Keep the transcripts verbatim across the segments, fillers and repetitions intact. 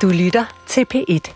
Du lytter til P et.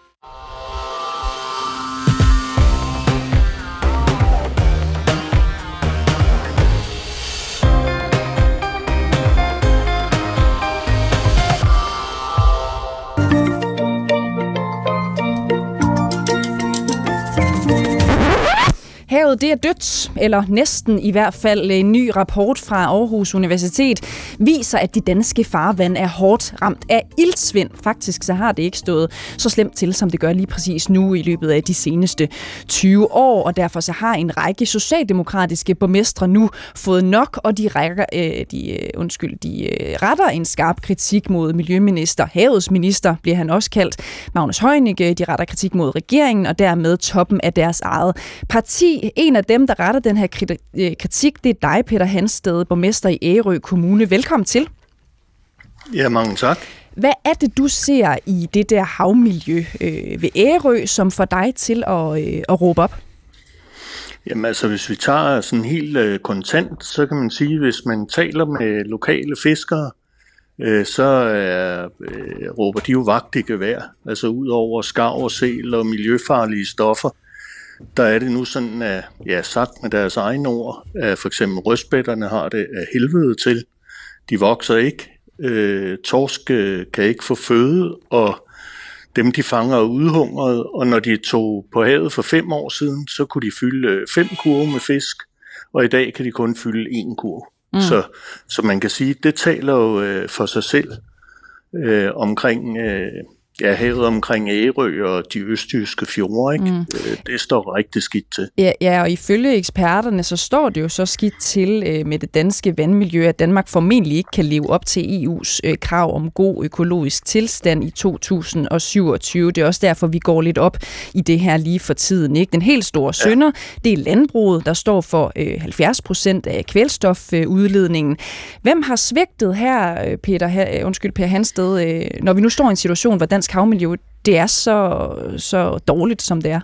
Havet det er dødt, eller næsten i hvert fald. En ny rapport fra Aarhus Universitet viser, at de danske farvande er hårdt ramt af iltsvind. Faktisk så har det ikke stået så slemt til, som det gør lige præcis nu i løbet af de seneste tyve år. Og derfor så har en række socialdemokratiske borgmestre nu fået nok, og de, rækker, øh, de, øh, undskyld, de øh, retter en skarp kritik mod miljøminister. Havets minister bliver han også kaldt. Magnus Heunicke. De retter kritik mod regeringen, og dermed toppen af deres eget parti. En af dem, der retter den her kritik, det er dig, Peter Hansted, borgmester i Ærø Kommune. Velkommen til. Ja, mange tak. Hvad er det, du ser i det der havmiljø øh, ved Ærø, som får dig til at, øh, at råbe op? Jamen altså, hvis vi tager sådan helt øh, kontant, så kan man sige, hvis man taler med lokale fiskere, øh, så øh, øh, råber de jo vagt i gevær. Altså ud over skarv og sæl og miljøfarlige stoffer. Der er det nu sådan, at, ja, sagt med deres egne ord, at for eksempel røstbætterne har det af helvede til. De vokser ikke. Øh, torsk kan ikke få føde, og dem de fanger er udhungret. Og når de tog på havet for fem år siden, så kunne de fylde fem kurve med fisk, og i dag kan de kun fylde en kurve. Mm. Så, så man kan sige, det taler jo øh, for sig selv øh, omkring... Øh, Ja, havet omkring Ærø og de østjyske fjorde, ikke? Mm. Det står rigtig skidt til. Ja, ja, og ifølge eksperterne, så står det jo så skidt til øh, med det danske vandmiljø, at Danmark formentlig ikke kan leve op til E U's øh, krav om god økologisk tilstand i to tusind syvogtyve. Det er også derfor, vi går lidt op i det her lige for tiden, ikke? Den helt store synder, ja. Det er landbruget, der står for øh, halvfjerds procent af kvælstofudledningen. Øh, Hvem har svigtet her, Peter, her, undskyld, Per Hansted, øh, når vi nu står i en situation, hvor dansk havmiljø, det er så, så dårligt, som det er?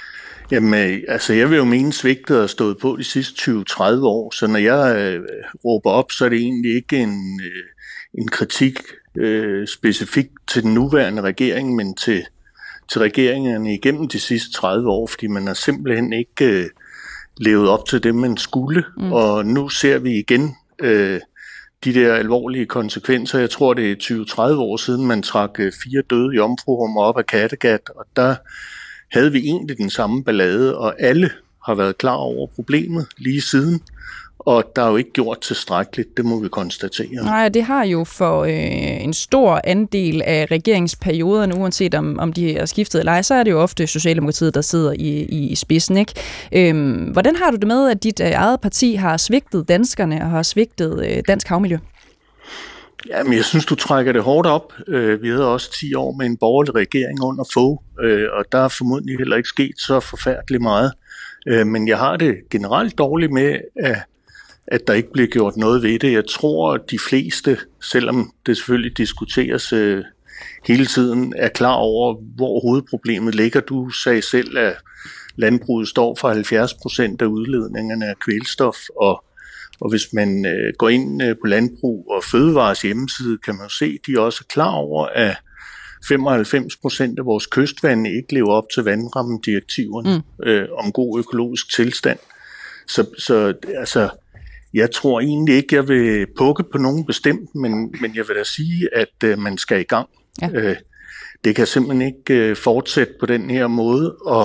Jamen, altså jeg vil jo mene, svigtet har stået på de sidste tyve til tredive år, så når jeg øh, råber op, så er det egentlig ikke en, øh, en kritik øh, specifikt til den nuværende regering, men til, til regeringerne igennem de sidste tredive år, fordi man har simpelthen ikke øh, levet op til det, man skulle, mm. og nu ser vi igen øh, de der alvorlige konsekvenser. Jeg tror, det er tyve til tredive år siden, man trak fire døde jomfruhummer op af Kattegat, og der havde vi egentlig den samme ballade, og alle har været klar over problemet lige siden, og der er jo ikke gjort tilstrækkeligt, det må vi konstatere. Nej, det har jo for øh, en stor andel af regeringsperioderne, uanset om, om de er skiftet eller ej, så er det jo ofte Socialdemokratiet, der sidder i, i spidsen, ikke? Øhm, hvordan har du det med, at dit øh, eget parti har svigtet danskerne og har svigtet øh, dansk havmiljø? Jamen, jeg synes, du trækker det hårdt op. Vi havde også ti år med en borgerlig regering under Fogh, og der er formodentlig heller ikke sket så forfærdeligt meget. Men jeg har det generelt dårligt med, at at der ikke bliver gjort noget ved det. Jeg tror, at de fleste, selvom det selvfølgelig diskuteres øh, hele tiden, er klar over, hvor hovedproblemet ligger. Du sagde selv, at landbruget står for halvfjerds procent af udledningerne af kvælstof, og, og hvis man øh, går ind øh, på landbrug og fødevares hjemmeside, kan man jo se, at de også er klar over, at femoghalvfems procent af vores kystvande ikke lever op til vandrammedirektiverne mm. øh, om god økologisk tilstand. Så, så altså... Jeg tror egentlig ikke, jeg vil pukke på nogen bestemt, men, men jeg vil da sige, at øh, man skal i gang. Ja. Øh, det kan simpelthen ikke øh, fortsætte på den her måde, og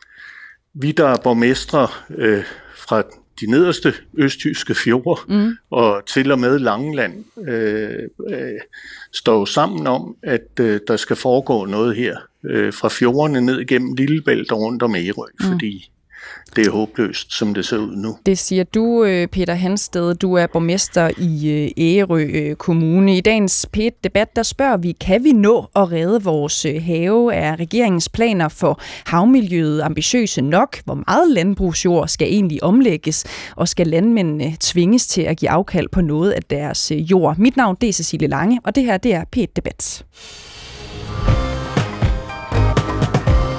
vi, der er borgmestre øh, fra de nederste østjyske fjorde mm. og til og med Langeland, øh, øh, står jo sammen om, at øh, der skal foregå noget her øh, fra fjordene ned igennem Lillebælt og rundt om Ærø, mm. fordi det er håbløst, som det ser ud nu. Det siger du, Peter Hansted. Du er borgmester i Ærø Kommune. I dagens P et-debat, der spørger vi, kan vi nå at redde vores have? Er regeringens planer for havmiljøet ambitiøse nok? Hvor meget landbrugsjord skal egentlig omlægges? Og skal landmændene tvinges til at give afkald på noget af deres jord? Mit navn det er Cecilie Lange, og det her det er P et-debat.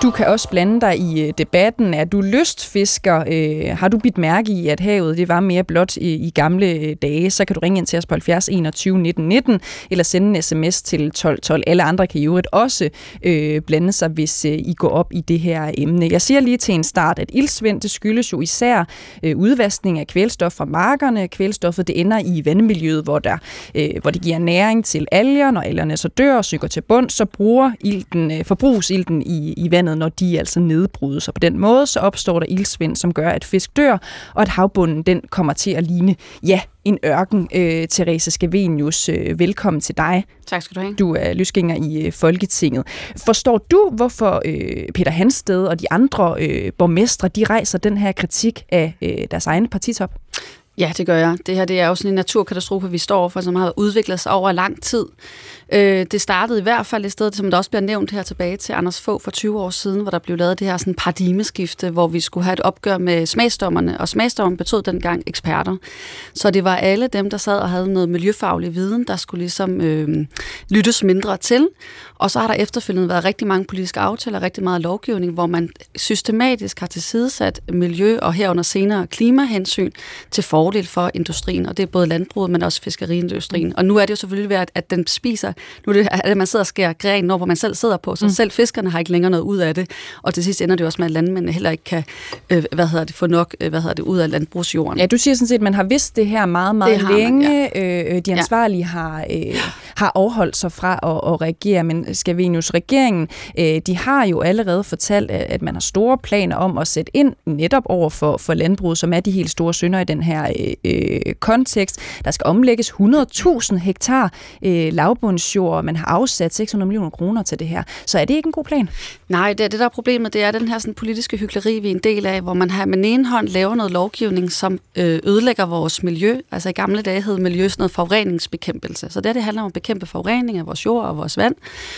Du kan også blande dig i debatten. Er du lystfisker? Øh, har du bidt mærke i, at havet det var mere blot i, i gamle dage? Så kan du ringe ind til os på halvfjerds enogtyve nitten nitten, eller sende en sms til tolv tolv. Alle andre kan jo også øh, blande sig, hvis øh, I går op i det her emne. Jeg siger lige til en start, at iltsvind, det skyldes jo især øh, udvaskning af kvælstof fra markerne. Kvælstoffet, det ender i vandmiljøet, hvor, der, øh, hvor det giver næring til alger. Når algerne så dør og synker til bund, så bruger ilten, øh, forbruges ilten i, i vandet, når de altså nedbrydes. Og på den måde, så opstår der iltsvind, som gør, at fisk dør, og at havbunden, den kommer til at ligne, ja, en ørken. Øh, Therese Scavenius, øh, velkommen til dig. Tak skal du have. Du er løsgænger i øh, Folketinget. Forstår du, hvorfor øh, Peter Hansted og de andre øh, borgmestre, de rejser den her kritik af øh, deres egen partitop? Ja, det gør jeg. Det her det er jo sådan en naturkatastrofe, vi står overfor, som har udviklet sig over lang tid. Øh, det startede i hvert fald et sted, som der også bliver nævnt her tilbage til Anders Fogh for tyve år siden, hvor der blev lavet det her sådan paradigmeskifte, hvor vi skulle have et opgør med smagsdommerne, og smagsdommerne betød dengang eksperter. Så det var alle dem, der sad og havde noget miljøfaglig viden, der skulle ligesom øh, lyttes mindre til. Og så har der efterfølgende været rigtig mange politiske aftaler, rigtig meget lovgivning, hvor man systematisk har tilsidesat miljø og herunder senere klimahensyn til fordel for industrien, og det er både landbruget, men også fiskeriindustrien. Og nu er det jo selvfølgelig ved, at den spiser, nu er det, at man sidder og skærer grenen over, hvor man selv sidder på, så mm. selv fiskerne har ikke længere noget ud af det, og til sidst ender det også med, at landmændene heller ikke kan øh, hvad hedder det, få nok øh, hvad hedder det, ud af landbrugsjorden. Ja, du siger sådan set, at man har vidst det her meget, meget længe. Man, ja. øh, de ansvarlige ja. har, øh, har afholdt sig fra at, at reagere, men Scavenius, regeringen, øh, de har jo allerede fortalt, at man har store planer om at sætte ind netop over for, for landbruget, som er de helt store synder i den her øh, kontekst. Der skal omlægges hundrede tusind hektar øh, lavbundsjord, man har afsat seks hundrede millioner kroner til det her. Så er det ikke en god plan? Nej, det, det der er problemet, det er den her sådan, politiske hykleri, vi er en del af, hvor man har med den ene hånd laver noget lovgivning, som øh, ødelægger vores miljø. Altså i gamle dage hed miljø sådan noget forureningsbekæmpelse. Så det, det handler om at bekæmpe forurening af vores jord og vores vand.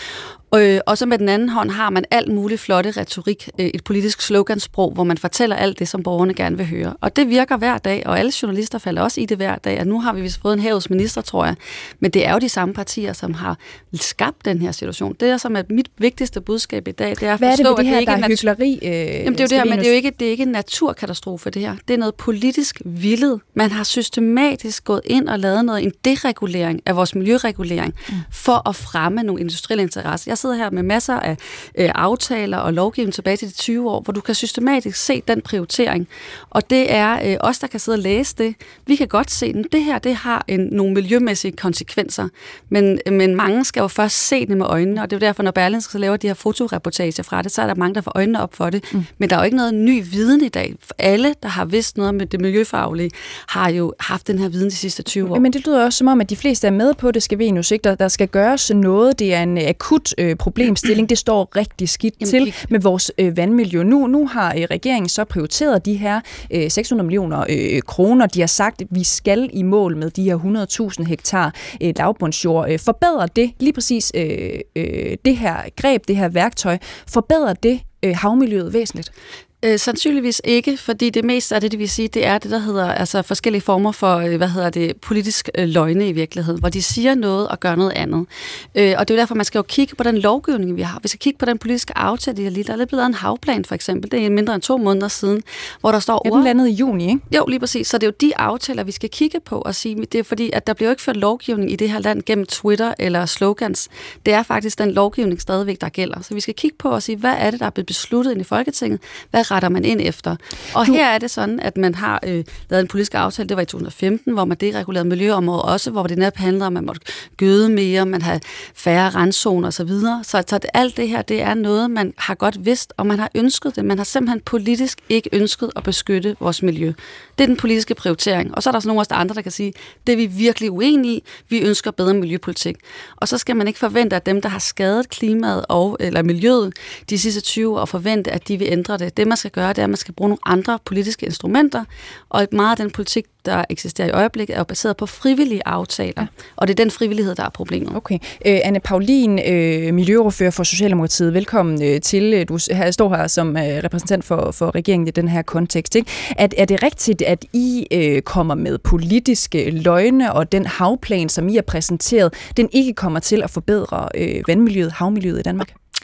Og så med den anden hånd har man alt muligt flotte retorik, et politisk slogansprog, hvor man fortæller alt det, som borgerne gerne vil høre. Og det virker hver dag, og alle journalister falder også i det hver dag, og nu har vi vist fået en havets minister, tror jeg. Men det er jo de samme partier, som har skabt den her situation. Det er som at mit vigtigste budskab i dag, det er at Hvad forstå, er det, det her, at det ikke er er hykleri. Øh, Jamen det er jo det her, men det er jo ikke, det er ikke en naturkatastrofe, det her. Det er noget politisk villet. Man har systematisk gået ind og lavet noget, en deregulering af vores miljøregulering, mm. for at fremme nogle industrielle interesser. Jeg sidder her med masser af øh, aftaler og lovgivning tilbage til de tyve år, hvor du kan systematisk se den prioritering. Og det er øh, os, der kan sidde og læse det. Vi kan godt se, at det her det har en, nogle miljømæssige konsekvenser, men, men mange skal jo først se det med øjnene, og det er jo derfor, når Berlingske så laver de her fotoreportager fra det, så er der mange, der får øjnene op for det. Mm. Men der er jo ikke noget ny viden i dag. For alle, der har vidst noget med det miljøfaglige, har jo haft den her viden de sidste tyve år. Men det lyder også som om, at de fleste er med på det, Scavenius, ikke? Der, der skal gøres noget. Det er en akut øh, problemstilling. Det står rigtig skidt Jamen, til med vores øh, vandmiljø. Nu, nu har øh, regeringen så prioriteret de her øh, seks hundrede millioner øh, kroner. De har sagt, at vi skal i mål med de her hundrede tusind hektar øh, lavbundsjord. Øh, forbedrer det lige præcis øh, øh, det her greb, det her værktøj, forbedrer det øh, havmiljøet væsentligt? Øh, sandsynligvis ikke, fordi det meste af det, det vil sige, det er det, der hedder altså forskellige former for, hvad hedder det, politisk øh, løgne i virkeligheden, hvor de siger noget og gør noget andet. Øh, og det er jo derfor, man skal jo kigge på den lovgivning, vi har. Vi skal kigge på den politiske aftale, der lige der er lidt blevet en havplan, for eksempel. Det er mindre end to måneder siden, hvor der står... Ja, den landede i juni, ikke? Jo, lige præcis. Så det er jo de aftaler, vi skal kigge på og sige, det er fordi, at der bliver jo ikke ført lovgivning i det her land gennem Twitter eller slogans. Det er faktisk den lovgivning stadigvæk, der gælder. Så vi skal kigge på og sige, hvad er det, der er blevet besluttet ind i Folketinget? Hvad retter man ind efter? Og du... her er det sådan, at man har øh, lavet en politisk aftale, det var i to tusind og femten, hvor man deregulerede miljøområdet også, hvor det netop handler om, at man måtte gøde mere, man har færre randzoner osv. Så, så, så alt det her, det er noget, man har godt vidst, og man har ønsket det. Man har simpelthen politisk ikke ønsket at beskytte vores miljø. Det er den politiske prioritering. Og så er der også nogle af os andre, der kan sige, det er vi virkelig uenige i. Vi ønsker bedre miljøpolitik. Og så skal man ikke forvente, at dem, der har skadet klimaet og, eller miljøet de sidste tyve år, forvente, at de vil ændre det. Det, man skal gøre, det er, at man skal bruge nogle andre politiske instrumenter, og meget af den politik, der eksisterer i øjeblikket, er jo baseret på frivillige aftaler, ja. Og det er den frivillighed, der er problemet. Okay. Øh, Anne Paulin, øh, miljøordfører for Socialdemokratiet, velkommen øh, til. Du her, står her som øh, repræsentant for, for regeringen i den her kontekst. Ikke? Er, er det rigtigt, at I øh, kommer med politiske løgne, og den havplan, som I har præsenteret, den ikke kommer til at forbedre øh, vandmiljøet, havmiljøet i Danmark?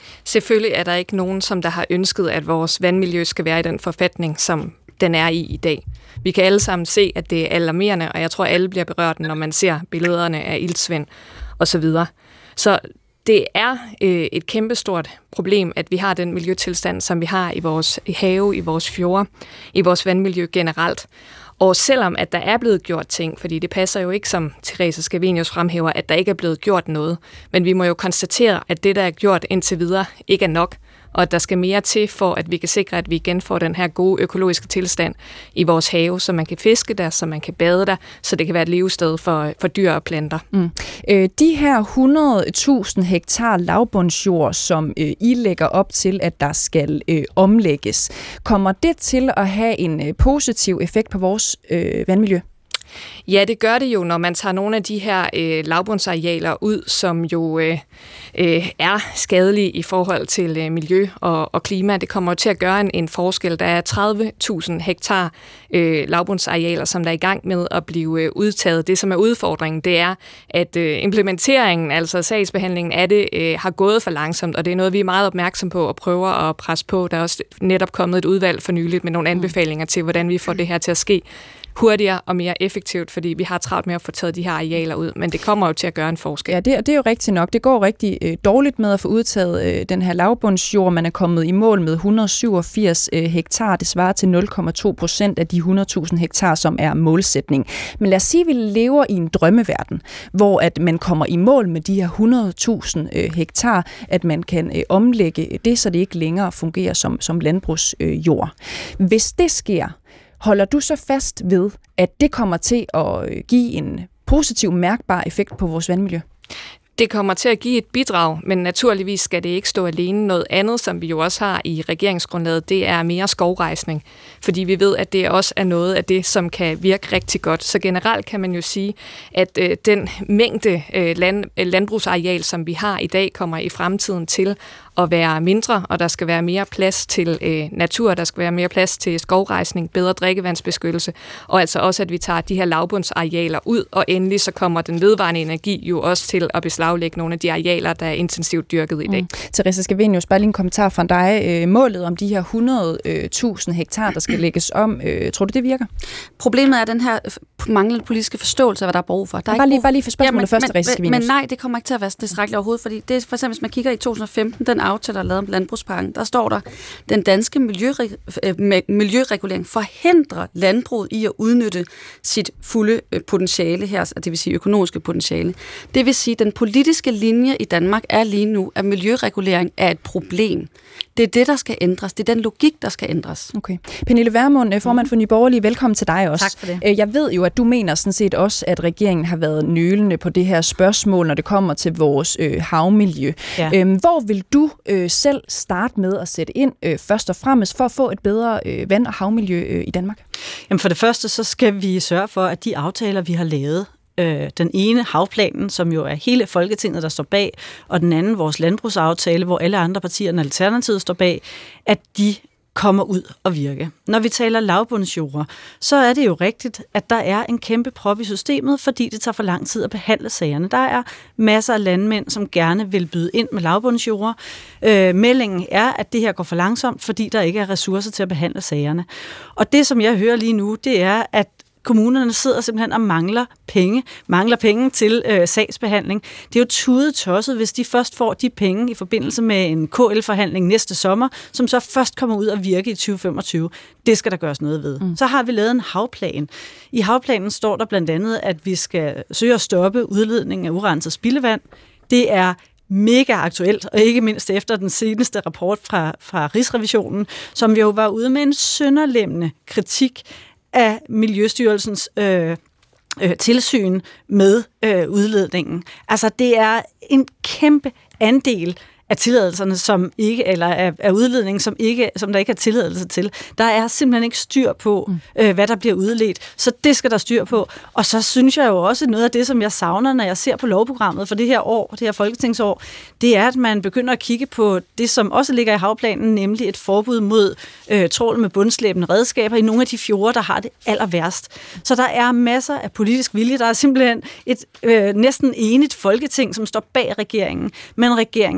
Selvfølgelig er der ikke nogen, som der har ønsket, at vores vandmiljø skal være i den forfatning, som den er i i dag. Vi kan alle sammen se, at det er alarmerende, og jeg tror, alle bliver berørt, når man ser billederne af iltsvind osv. Så det er øh, et kæmpestort problem, at vi har den miljøtilstand, som vi har i vores have, i vores fjorde, i vores vandmiljø generelt. Og selvom at der er blevet gjort ting, fordi det passer jo ikke, som Therese Scavenius fremhæver, at der ikke er blevet gjort noget, men vi må jo konstatere, at det, der er gjort indtil videre, ikke er nok, og at der skal mere til for, at vi kan sikre, at vi igen får den her gode økologiske tilstand i vores have, så man kan fiske der, så man kan bade der, så det kan være et levested for, for dyr og planter. Mm. Øh, de her hundrede tusind hektar lavbundsjord, som øh, I lægger op til, at der skal øh, omlægges, kommer det til at have en øh, positiv effekt på vores øh, vandmiljø? Ja, det gør det jo, når man tager nogle af de her øh, lavbundsarealer ud, som jo øh, øh, er skadelige i forhold til øh, miljø og, og klima. Det kommer jo til at gøre en, en forskel. Der er tredive tusind hektar øh, lavbundsarealer, som der er i gang med at blive øh, udtaget. Det, som er udfordringen, det er, at øh, implementeringen, altså sagsbehandlingen af det, øh, har gået for langsomt, og det er noget, vi er meget opmærksom på og prøver at presse på. Der er også netop kommet et udvalg for nyligt med nogle anbefalinger til, hvordan vi får det her til at ske hurtigere og mere effektivt, fordi vi har travlt med at få taget de her arealer ud, men det kommer jo til at gøre en forskel. Ja, det, det er jo rigtigt nok. Det går rigtig øh, dårligt med at få udtaget øh, den her lavbundsjord. Man er kommet i mål med et hundrede og syvogfirs øh, hektar. Det svarer til nul komma to procent af de hundrede tusind hektar, som er målsætning. Men lad os sige, at vi lever i en drømmeverden, hvor at man kommer i mål med de her hundrede tusind øh, hektar, at man kan øh, omlægge det, så det ikke længere fungerer som, som landbrugsjord. Øh, Hvis det sker, holder du så fast ved, at det kommer til at give en positiv, mærkbar effekt på vores vandmiljø? Det kommer til at give et bidrag, men naturligvis skal det ikke stå alene. Noget andet, som vi jo også har i regeringsgrundlaget, det er mere skovrejsning, fordi vi ved, at det også er noget af det, som kan virke rigtig godt. Så generelt kan man jo sige, at øh, den mængde øh, land, landbrugsareal, som vi har i dag, kommer i fremtiden til at være mindre, og der skal være mere plads til øh, natur, der skal være mere plads til skovrejsning, bedre drikkevandsbeskyttelse, og altså også, at vi tager de her lavbundsarealer ud, og endelig så kommer den vedvarende energi jo også til at beslaglægge nogle af de arealer, der er intensivt dyrket i dag. Mm. Therese Scavenius, bare lige en kommentar fra dig. Målet om de her hundrede tusind hektar, der skal lægges om, tror du, det virker? Problemet er den her manglende politiske forståelse af, hvad der er brug for. Der er bare, ikke lige, bare lige for spørgsmålet ja, men, først, men, Therese Scavenius. Men nej, det kommer ikke til at være tilstrækkeligt overhovedet, fordi det er for eksempel, hvis man kigger i to tusind og femten, den aftale, der er lavet om landbrugspakken, der står der, den danske miljøre- miljøregulering forhindrer landbruget i at udnytte sit fulde potentiale her, det vil sige økonomiske potentiale. Det vil sige, at den politiske linje i Danmark er lige nu, at miljøregulering er et problem. Det er det, der skal ændres. Det er den logik, der skal ændres. Okay. Pernille Vermund, formand for Nye Borgerlige, velkommen til dig også. Tak for det. Jeg ved jo, at du mener sådan set også, at regeringen har været nølende på det her spørgsmål, når det kommer til vores øh, havmiljø. Ja. Øhm, hvor vil du øh, selv starte med at sætte ind øh, først og fremmest for at få et bedre øh, vand- og havmiljø øh, i Danmark? Jamen for det første, så skal vi sørge for, at de aftaler, vi har lavet, den ene havplanen, som jo er hele Folketinget, der står bag, og den anden vores landbrugsaftale, hvor alle andre partier end Alternativet står bag, at de kommer ud og virke. Når vi taler lavbundsjord, så er det jo rigtigt, at der er en kæmpe prop i systemet, fordi det tager for lang tid at behandle sagerne. Der er masser af landmænd, som gerne vil byde ind med lavbundsjord. Øh, meldingen er, at det her går for langsomt, fordi der ikke er ressourcer til at behandle sagerne. Og det, som jeg hører lige nu, det er, at kommunerne sidder simpelthen og mangler penge, mangler penge til øh, sagsbehandling. Det er jo tudetosset, hvis de først får de penge i forbindelse med en K L-forhandling næste sommer, som så først kommer ud og virke i tyve femogtyve. Det skal der gøres noget ved. Mm. Så har vi lavet en havplan. I havplanen står der blandt andet, at vi skal søge at stoppe udledningen af urenset spildevand. Det er mega aktuelt, og ikke mindst efter den seneste rapport fra, fra Rigsrevisionen, som jo var ude med en sønderlemmende kritik af Miljøstyrelsens øh, øh, tilsyn med øh, udledningen. Altså, det er en kæmpe andel af tilladelserne, som ikke, eller af, af udledningen, som, ikke, som der ikke er tilladelse til. Der er simpelthen ikke styr på, mm. øh, hvad der bliver udledt. Så det skal der styr på. Og så synes jeg jo også, noget af det, som jeg savner, når jeg ser på lovprogrammet for det her år, det her folketingsår, det er, at man begynder at kigge på det, som også ligger i havplanen, nemlig et forbud mod øh, trål med bundslæbende redskaber i nogle af de fjorde, der har det aller værst. Så der er masser af politisk vilje. Der er simpelthen et øh, næsten enigt folketing, som står bag regeringen, men regeringen nøler.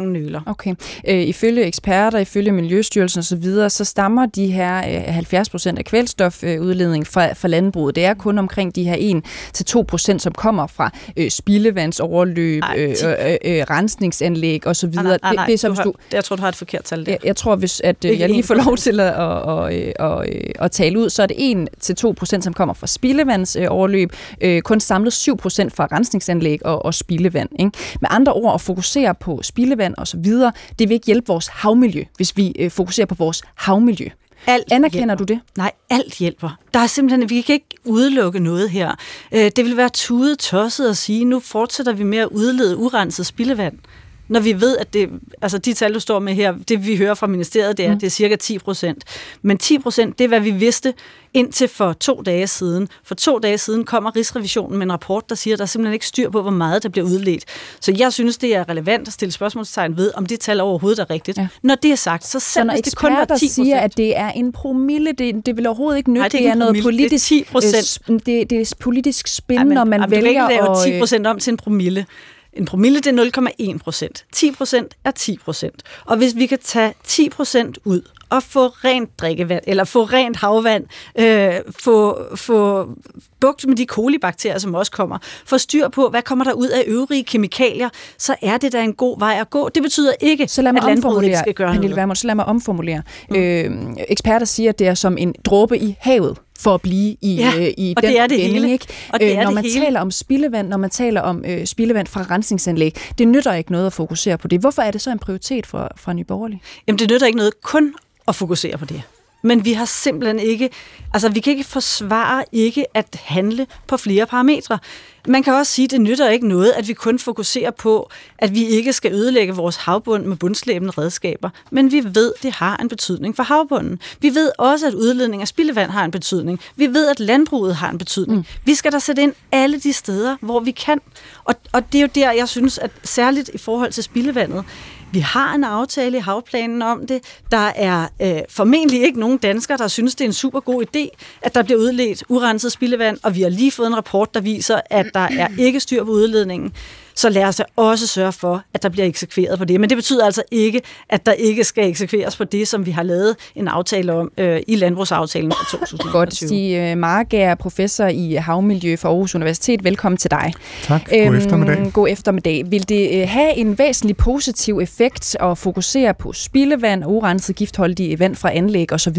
Okay. Øh, ifølge eksperter, ifølge Miljøstyrelsen osv., så stammer de her øh, halvfjerds procent af kvælstofudledning fra, fra landbruget. Det er kun omkring de her en til to procent, som kommer fra øh, spildevandsoverløb, øh, øh, øh, rensningsanlæg osv. Nej, nej, nej, nej. Det, det, Du har, du, jeg tror, du har et forkert tal der. jeg, jeg tror, hvis at, øh, jeg lige får lov til at, at, at, at, at, at tale ud, så er det en til to procent, som kommer fra spildevandsoverløb, øh, kun samlet syv procent fra rensningsanlæg og, og spildevand. Ikke? Med andre ord, at fokusere på spildevand og så videre, det vil ikke hjælpe vores havmiljø, hvis vi øh, fokuserer på vores havmiljø. Alt Anerkender hjælper. du det? Nej, alt hjælper. Der er simpelthen, vi kan ikke udelukke noget her. Det vil være tudet tosset at sige, nu fortsætter vi med at udlede urenset spildevand. Når vi ved, at det, altså de tal, du står med her, det vi hører fra ministeriet, det er, mm. det er cirka ti procent. Men ti procent, det er, hvad vi vidste indtil for to dage siden. For to dage siden kommer Rigsrevisionen med en rapport, der siger, at der er simpelthen ikke styr på, hvor meget der bliver udledt. Så jeg synes, det er relevant at stille spørgsmålstegn ved, om det tal overhovedet er rigtigt. Ja. Når det er sagt, så selv så hvis det kun var ti procent... siger, at det er en promille, det, det vil overhovedet ikke nytte. Nej, det er, det er noget promille, politisk, det er ti procent. Det, det er politisk spin, ja, men, når man jamen, vælger at... Du kan ikke lave ti procent om til en promille. En promille, det er nul komma en procent. ti procent er ti procent. Og hvis vi kan tage ti procent ud og få rent drikkevand, eller få rent havvand, øh, få, få bugt med de kolibakterier, som også kommer, få styr på, hvad kommer der ud af øvrige kemikalier, så er det da en god vej at gå. Det betyder ikke, så lad mig at landbruget ikke skal gøre noget. Vermund, så lad mig omformulere. Mm. Øh, eksperter siger, at det er som en dråbe i havet for at blive i, ja, øh, i og den det er det vending, hele. Ikke? Og det øh, er når det man hele. taler om spildevand, når man taler om øh, spildevand fra rensningsanlæg, det nytter ikke noget at fokusere på det. Hvorfor er det så en prioritet fra, fra Nye Borgerlige? Jamen, det nytter ikke noget kun at fokusere på det. Men vi har simpelthen ikke, altså vi kan ikke forsvare ikke at handle på flere parametre. Man kan også sige, at det nytter ikke noget, at vi kun fokuserer på, at vi ikke skal ødelægge vores havbund med bundslæbende redskaber. Men vi ved, at det har en betydning for havbunden. Vi ved også, at udledning af spildevand har en betydning. Vi ved, at landbruget har en betydning. Mm. Vi skal da sætte ind alle de steder, hvor vi kan. Og, og det er jo der, jeg synes, at særligt i forhold til spildevandet, vi har en aftale i havplanen om det. Der er øh, formentlig ikke nogen danskere, der synes, det er en super god idé, at der bliver udledt urenset spildevand, og vi har lige fået en rapport, der viser, at der er ikke styr på udledningen. Så lad os også sørge for, at der bliver eksekveret på det. Men det betyder altså ikke, at der ikke skal eksekveres på det, som vi har lavet en aftale om øh, i landbrugsaftalen fra to tusind og tyve. Godt, Stig Margager, professor i havmiljø fra Aarhus Universitet. Velkommen til dig. Tak. God øhm, eftermiddag. God eftermiddag. Vil det have en væsentlig positiv effekt at fokusere på spildevand, urenset giftholdig vand fra anlæg osv.?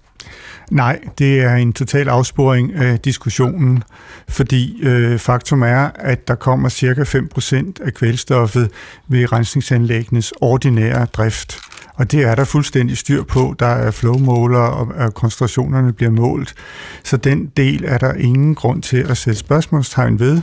Nej, det er en total afsporing af diskussionen, fordi øh, faktum er, at der kommer cirka fem procent af kvælstoffet ved rensningsanlæggenes ordinære drift. Og det er der fuldstændig styr på. Der er flowmåler, og koncentrationerne bliver målt. Så den del er der ingen grund til at sætte spørgsmålstegn ved.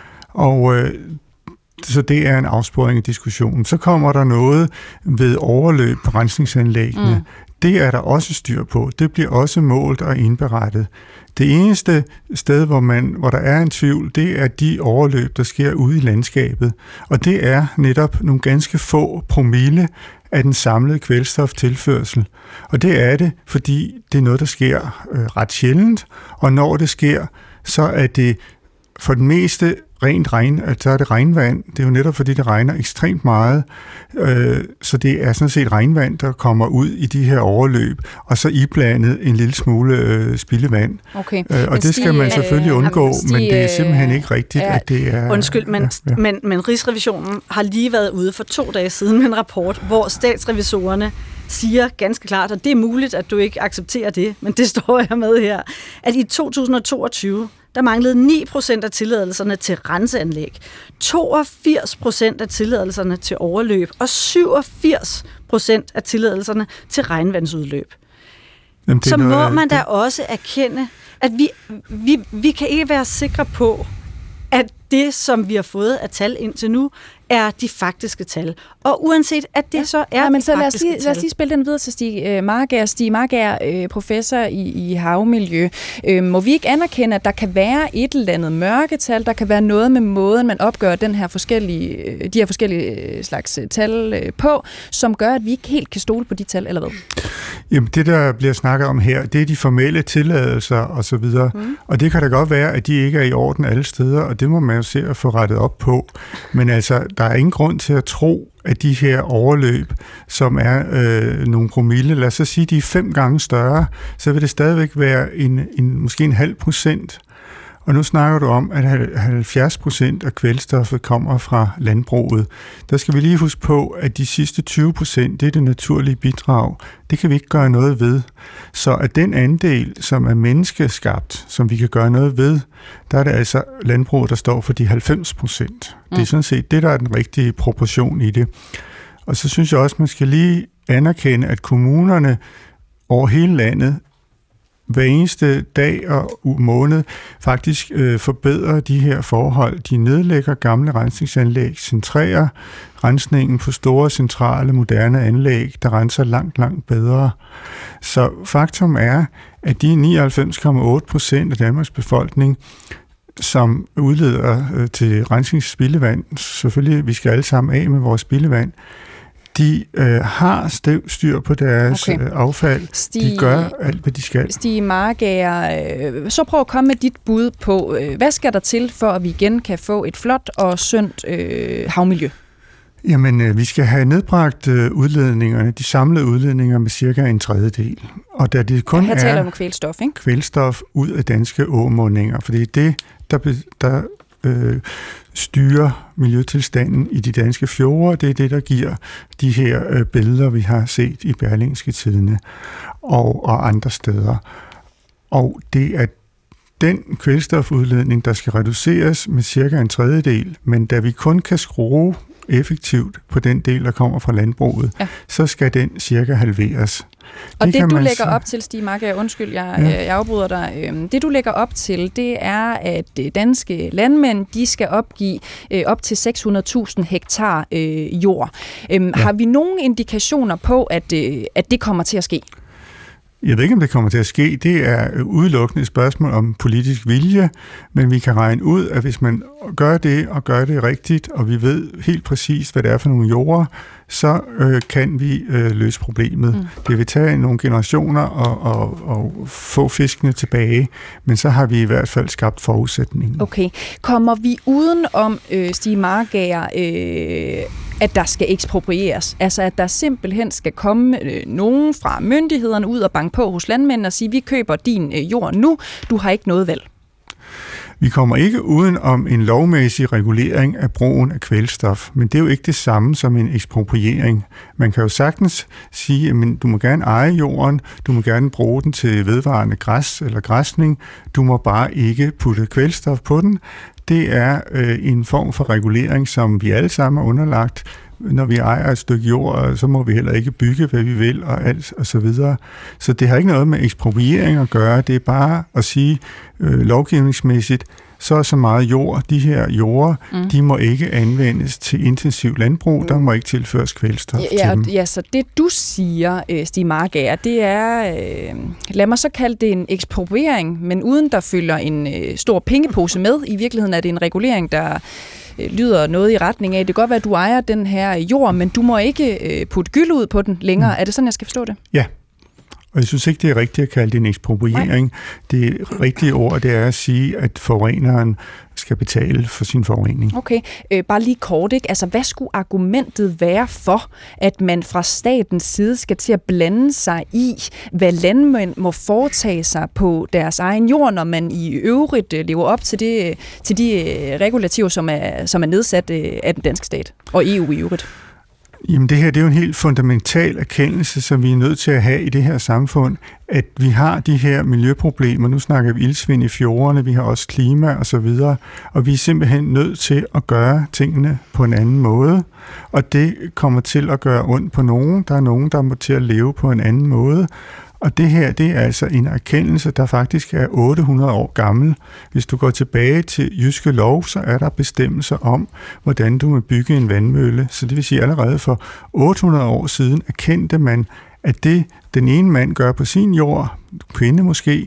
Og øh, så det er en afsporing af diskussionen. Så kommer der noget ved overløb på rensningsanlæggene. Mm. Det er der også styr på. Det bliver også målt og indberettet. Det eneste sted, hvor, man, hvor der er en tvivl, det er de overløb, der sker ude i landskabet. Og det er netop nogle ganske få promille af den samlede kvælstoftilførsel. Og det er det, fordi det er noget, der sker øh, ret sjældent. Og når det sker, så er det for det meste rent regn, altså er det regnvand. Det er jo netop, fordi det regner ekstremt meget. Øh, så det er sådan set regnvand, der kommer ud i de her overløb, og så iblandet en lille smule øh, spildevand. Okay. Øh, og det skal man selvfølgelig undgå, Stig, men det er simpelthen ikke rigtigt, ja, at det er... Undskyld, men, ja, ja. Men, men Rigsrevisionen har lige været ude for to dage siden med en rapport, hvor statsrevisorerne siger ganske klart, og det er muligt, at du ikke accepterer det, men det står jeg med her, at i to tusind og toogtyve, der manglede ni procent af tilladelserne til renseanlæg, toogfirs procent af tilladelserne til overløb og syvogfirs procent af tilladelserne til regnvandsudløb. Jamen, så må noget, man da også erkende, at vi, vi, vi kan ikke være sikre på, at det, som vi har fået af tal indtil nu, er de faktiske tal. Og uanset at det ja. så er ja, men så lad os, lige, lad os lige spille den videre til Stig Margager. Stig Margager, professor i, i havmiljø. Øh, må vi ikke anerkende, at der kan være et eller andet mørketal, der kan være noget med måden, man opgør den her forskellige, de her forskellige slags tal på, som gør, at vi ikke helt kan stole på de tal, eller hvad? Jamen, det, der bliver snakket om her, det er de formelle tilladelser og så videre. Mm. Og det kan da godt være, at de ikke er i orden alle steder, og det må man jo se at få rettet op på. Men altså, der er ingen grund til at tro, at de her overløb, som er øh, nogle promille, lad os så sige, de er fem gange større, så vil det stadigvæk være en, en, måske en halv procent. Og nu snakker du om, at halvfjerds procent af kvælstoffet kommer fra landbruget. Der skal vi lige huske på, at de sidste tyve procent, det er det naturlige bidrag. Det kan vi ikke gøre noget ved. Så at den andel, som er menneskeskabt, som vi kan gøre noget ved, der er det altså landbruget, der står for de halvfems procent. Mm. Det er sådan set det, der er den rigtige proportion i det. Og så synes jeg også, man skal lige anerkende, at kommunerne over hele landet hver eneste dag og måned faktisk øh, forbedrer de her forhold. De nedlægger gamle rensningsanlæg, centrerer rensningen på store, centrale, moderne anlæg, der renser langt, langt bedre. Så faktum er, at de nioghalvfems komma otte procent af Danmarks befolkning, som udleder øh, til rensningsspildevand, selvfølgelig, vi skal alle sammen af med vores spildevand, de øh, har styr på deres okay. øh, affald. Stig, de gør alt, hvad de skal. Stig Markager, øh, så prøv at komme med dit bud på, øh, hvad skal der til, for at vi igen kan få et flot og sundt øh, havmiljø? Jamen, øh, vi skal have nedbragt øh, udledningerne, de samlede udledninger med cirka en tredjedel. Og da det kun ja, her taler er om kvælstof, ikke? kvælstof ud af danske åmundinger, fordi det, der, der øh, styrer miljøtilstanden i de danske fjorde, det er det, der giver de her øh, billeder, vi har set i Berlingske Tidende og, og andre steder. Og det er den kvælstofudledning, der skal reduceres med cirka en tredjedel, men da vi kun kan skrue effektivt på den del, der kommer fra landbruget, ja. så skal den cirka halveres. Og det, det du lægger op til, Stig Markager, undskyld, jeg, ja. jeg afbryder dig. Det, du lægger op til, det er, at danske landmænd, de skal opgive op til seks hundrede tusind hektar øh, jord. Øhm, ja. Har vi nogle indikationer på, at, at det kommer til at ske? Jeg ved ikke, om det kommer til at ske. Det er udelukkende et spørgsmål om politisk vilje, men vi kan regne ud, at hvis man gør det og gør det rigtigt, og vi ved helt præcist, hvad det er for nogle jorder, så øh, kan vi øh, løse problemet. Mm. Det vil tage nogle generationer og, og, og få fiskene tilbage, men så har vi i hvert fald skabt forudsætningen. Okay. Kommer vi uden om, øh, Stig Markager, øh, at der skal eksproprieres? Altså, at der simpelthen skal komme øh, nogen fra myndighederne ud og banke på hos landmændene og sige, vi køber din øh, jord nu, du har ikke noget valg. Vi kommer ikke uden om en lovmæssig regulering af brugen af kvælstof, men det er jo ikke det samme som en ekspropriering. Man kan jo sagtens sige, at du må gerne eje jorden, du må gerne bruge den til vedvarende græs eller græsning, du må bare ikke putte kvælstof på den. Det er øh, en form for regulering, som vi alle sammen er underlagt. Når vi ejer et stykke jord, så må vi heller ikke bygge, hvad vi vil, og alt og så videre. Så det har ikke noget med ekspropriering at gøre. Det er bare at sige øh, lovgivningsmæssigt, så er så meget jord. De her jorder, mm. de må ikke anvendes til intensiv landbrug. Mm. Der må ikke tilføres kvælstof ja, til dem. Ja, så det du siger, Stig Markager, det er, øh, lad mig så kalde det en ekspropriering, men uden der følger en øh, stor pengepose med. I virkeligheden er det en regulering, der lyder noget i retning af, det kan godt være, at du ejer den her jord, men du må ikke putte gyld ud på den længere. Mm. Er det sådan, jeg skal forstå det? Ja, og jeg synes ikke, det er rigtigt at kalde det en ekspropriering. Nej. Det rigtige ord, det er at sige, at forureneren skal betale for sin forurening. Okay, øh, bare lige kort, ikke? Altså, hvad skulle argumentet være for, at man fra statens side skal til at blande sig i, hvad landmænd må foretage sig på deres egen jord, når man i øvrigt lever op til, det, til de regulativer, som er, som er nedsat af den danske stat og E U i øvrigt? Jamen det her, det er jo en helt fundamental erkendelse, som vi er nødt til at have i det her samfund, at vi har de her miljøproblemer. Nu snakker vi iltsvind i fjordene, vi har også klima og så videre, og vi er simpelthen nødt til at gøre tingene på en anden måde, og det kommer til at gøre ondt på nogen. Der er nogen, der må til at leve på en anden måde. Og det her, det er altså en erkendelse, der faktisk er otte hundrede år gammel. Hvis du går tilbage til Jyske Lov, så er der bestemmelser om, hvordan du må bygge en vandmølle. Så det vil sige, allerede for otte hundrede år siden erkendte man, at det, den ene mand gør på sin jord, kvinde måske,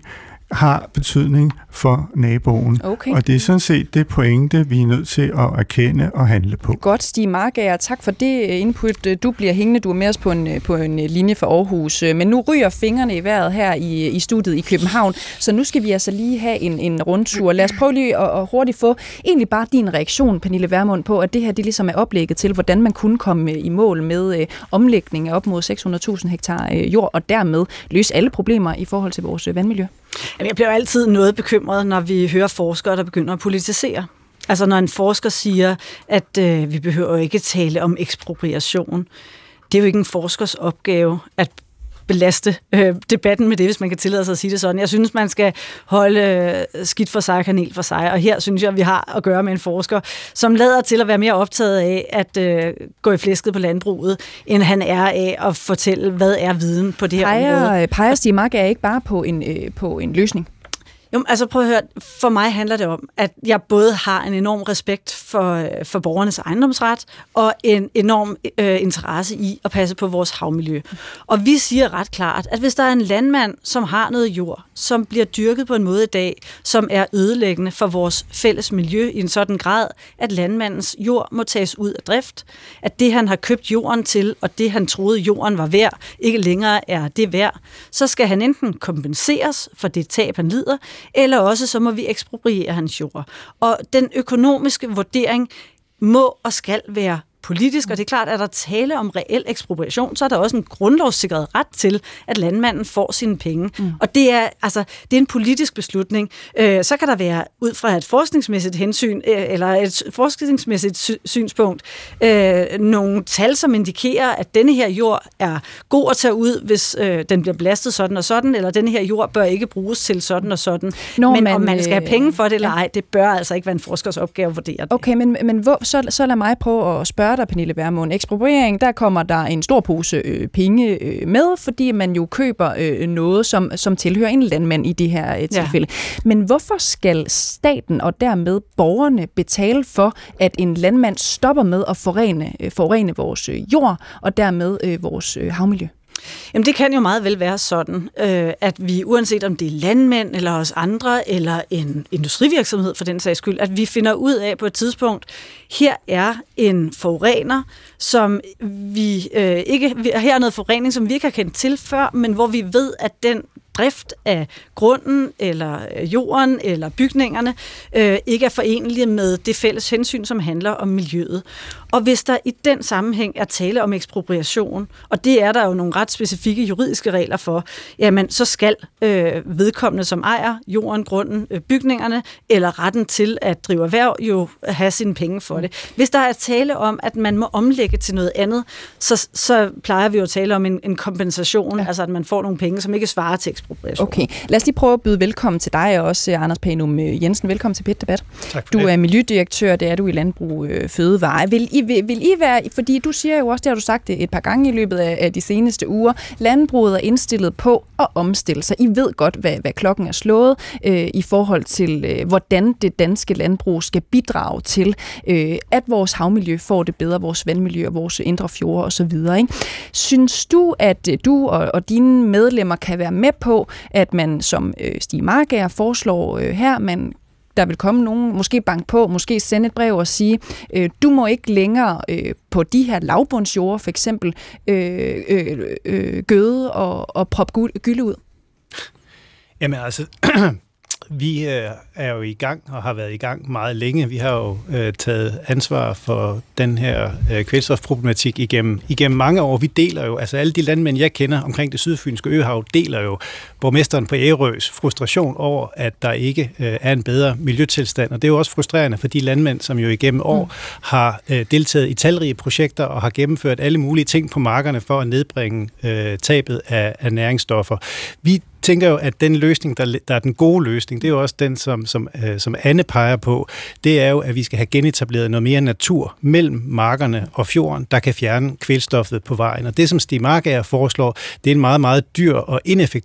har betydning for naboen. Okay. Og det er sådan set det pointe, vi er nødt til at erkende og handle på. Godt, Stig Markager. Tak for det input. Du bliver hængende. Du er med os på en, på en linje for Aarhus. Men nu ryger fingrene i vejret her i, i studiet i København. Så nu skal vi altså lige have en, en rundtur. Lad os prøve lige at, at hurtigt få egentlig bare din reaktion, Pernille Vermund, på, at det her det ligesom er oplægget til, hvordan man kunne komme i mål med øh, omlægning af op mod seks hundrede tusind hektar øh, jord, og dermed løse alle problemer i forhold til vores øh, vandmiljø. Jamen, jeg bliver jo altid noget bekymret, når vi hører forskere, der begynder at politisere. Altså når en forsker siger, at øh, vi behøver ikke tale om ekspropriation. Det er jo ikke en forskers opgave at belaste øh, debatten med det, hvis man kan tillade sig at sige det sådan. Jeg synes, man skal holde øh, skidt for sig, kanel for sig, og her synes jeg, at vi har at gøre med en forsker, som lader til at være mere optaget af at øh, gå i flæsket på landbruget, end han er af at fortælle, hvad er viden på det her peger, område. Peger Stig Markager ikke bare på en, øh, på en løsning? Jo, altså prøv at høre, for mig handler det om, at jeg både har en enorm respekt for, for borgernes ejendomsret, og en enorm øh, interesse i at passe på vores havmiljø. Og vi siger ret klart, at hvis der er en landmand, som har noget jord, som bliver dyrket på en måde i dag, som er ødelæggende for vores fælles miljø i en sådan grad, at landmandens jord må tages ud af drift, at det, han har købt jorden til, og det, han troede jorden var værd, ikke længere er det værd, så skal han enten kompenseres for det tab, han lider, eller også så må vi ekspropriere hans jord. Og den økonomiske vurdering må og skal være politisk, og det er klart, at der tale om reel ekspropriation, så er der også en grundlovssikret ret til, at landmanden får sine penge. Mm. Og det er, altså, det er en politisk beslutning. Øh, så kan der være, ud fra et forskningsmæssigt hensyn, øh, eller et forskningsmæssigt sy- synspunkt, øh, nogle tal, som indikerer, at denne her jord er god at tage ud, hvis øh, den bliver belastet sådan og sådan, eller denne her jord bør ikke bruges til sådan og sådan. Når men man, om man skal have penge for det eller ej, det bør altså ikke være en forskers opgave at vurdere det. Okay, men, men hvor, så, så lad mig prøve at spørge der, Pernille Vermund. Ekspropriering, der kommer der en stor pose øh, penge øh, med, fordi man jo køber øh, noget, som, som tilhører en landmand i det her øh, tilfælde. Ja. Men hvorfor skal staten og dermed borgerne betale for, at en landmand stopper med at forurene, øh, forurene vores øh, jord og dermed øh, vores øh, havmiljø? Jamen det kan jo meget vel være sådan, øh, at vi uanset om det er landmænd eller os andre, eller en industrivirksomhed for den sags skyld, at vi finder ud af på et tidspunkt, her er en forurener, som vi øh, ikke, her er noget forurening, som vi ikke har kendt til før, men hvor vi ved, at den drift af grunden, eller jorden, eller bygningerne, øh, ikke er forenelige med det fælles hensyn, som handler om miljøet. Og hvis der i den sammenhæng er tale om ekspropriation, og det er der jo nogle ret specifikke juridiske regler for, jamen så skal øh, vedkommende, som ejer jorden, grunden, øh, bygningerne, eller retten til at drive erhverv, jo have sine penge for det. Hvis der er tale om, at man må omlægge til noget andet, så, så plejer vi jo at tale om en, en kompensation, ja. Altså at man får nogle penge, som ikke svarer til ekspropriation. Okay, lad os lige prøve at byde velkommen til dig også, Anders Panum Jensen. Velkommen til P et Debat. Tak for du det. er miljødirektør, det er du i Landbrug øh, Fødevare. Vil I, vil, vil I være, fordi du siger jo også, det har du sagt et par gange i løbet af, af de seneste uger, landbruget er indstillet på at omstille sig. I ved godt, hvad, hvad klokken er slået øh, i forhold til, øh, hvordan det danske landbrug skal bidrage til, øh, at vores havmiljø får det bedre, vores vandmiljø og vores indre fjorde osv. Synes du, at du og, og dine medlemmer kan være med på, at man, som øh, Stig Markager foreslår øh, her, man der vil komme nogen, måske banke på, måske sende et brev og sige, øh, du må ikke længere øh, på de her lavbundsjorde for eksempel øh, øh, øh, gøde og, og proppe gylde ud? Jamen altså, vi øh, er jo i gang og har været i gang meget længe. Vi har jo øh, taget ansvar for den her øh, kvælstofproblematik igennem, igennem mange år. Vi deler jo, altså alle de landmænd, jeg kender omkring det sydfynske øhav, deler jo borgmesteren på Ærøs frustration over, at der ikke øh, er en bedre miljøtilstand. Og det er jo også frustrerende for de landmænd, som jo igennem år mm. har øh, deltaget i talrige projekter og har gennemført alle mulige ting på markerne for at nedbringe øh, tabet af, af næringsstoffer. Vi tænker jo, at den løsning, der, der er den gode løsning, det er jo også den, som, som, øh, som Anne peger på, det er jo, at vi skal have genetableret noget mere natur mellem markerne og fjorden, der kan fjerne kvælstoffet på vejen. Og det, som Stig Markager foreslår, det er en meget, meget dyr og ineffektiv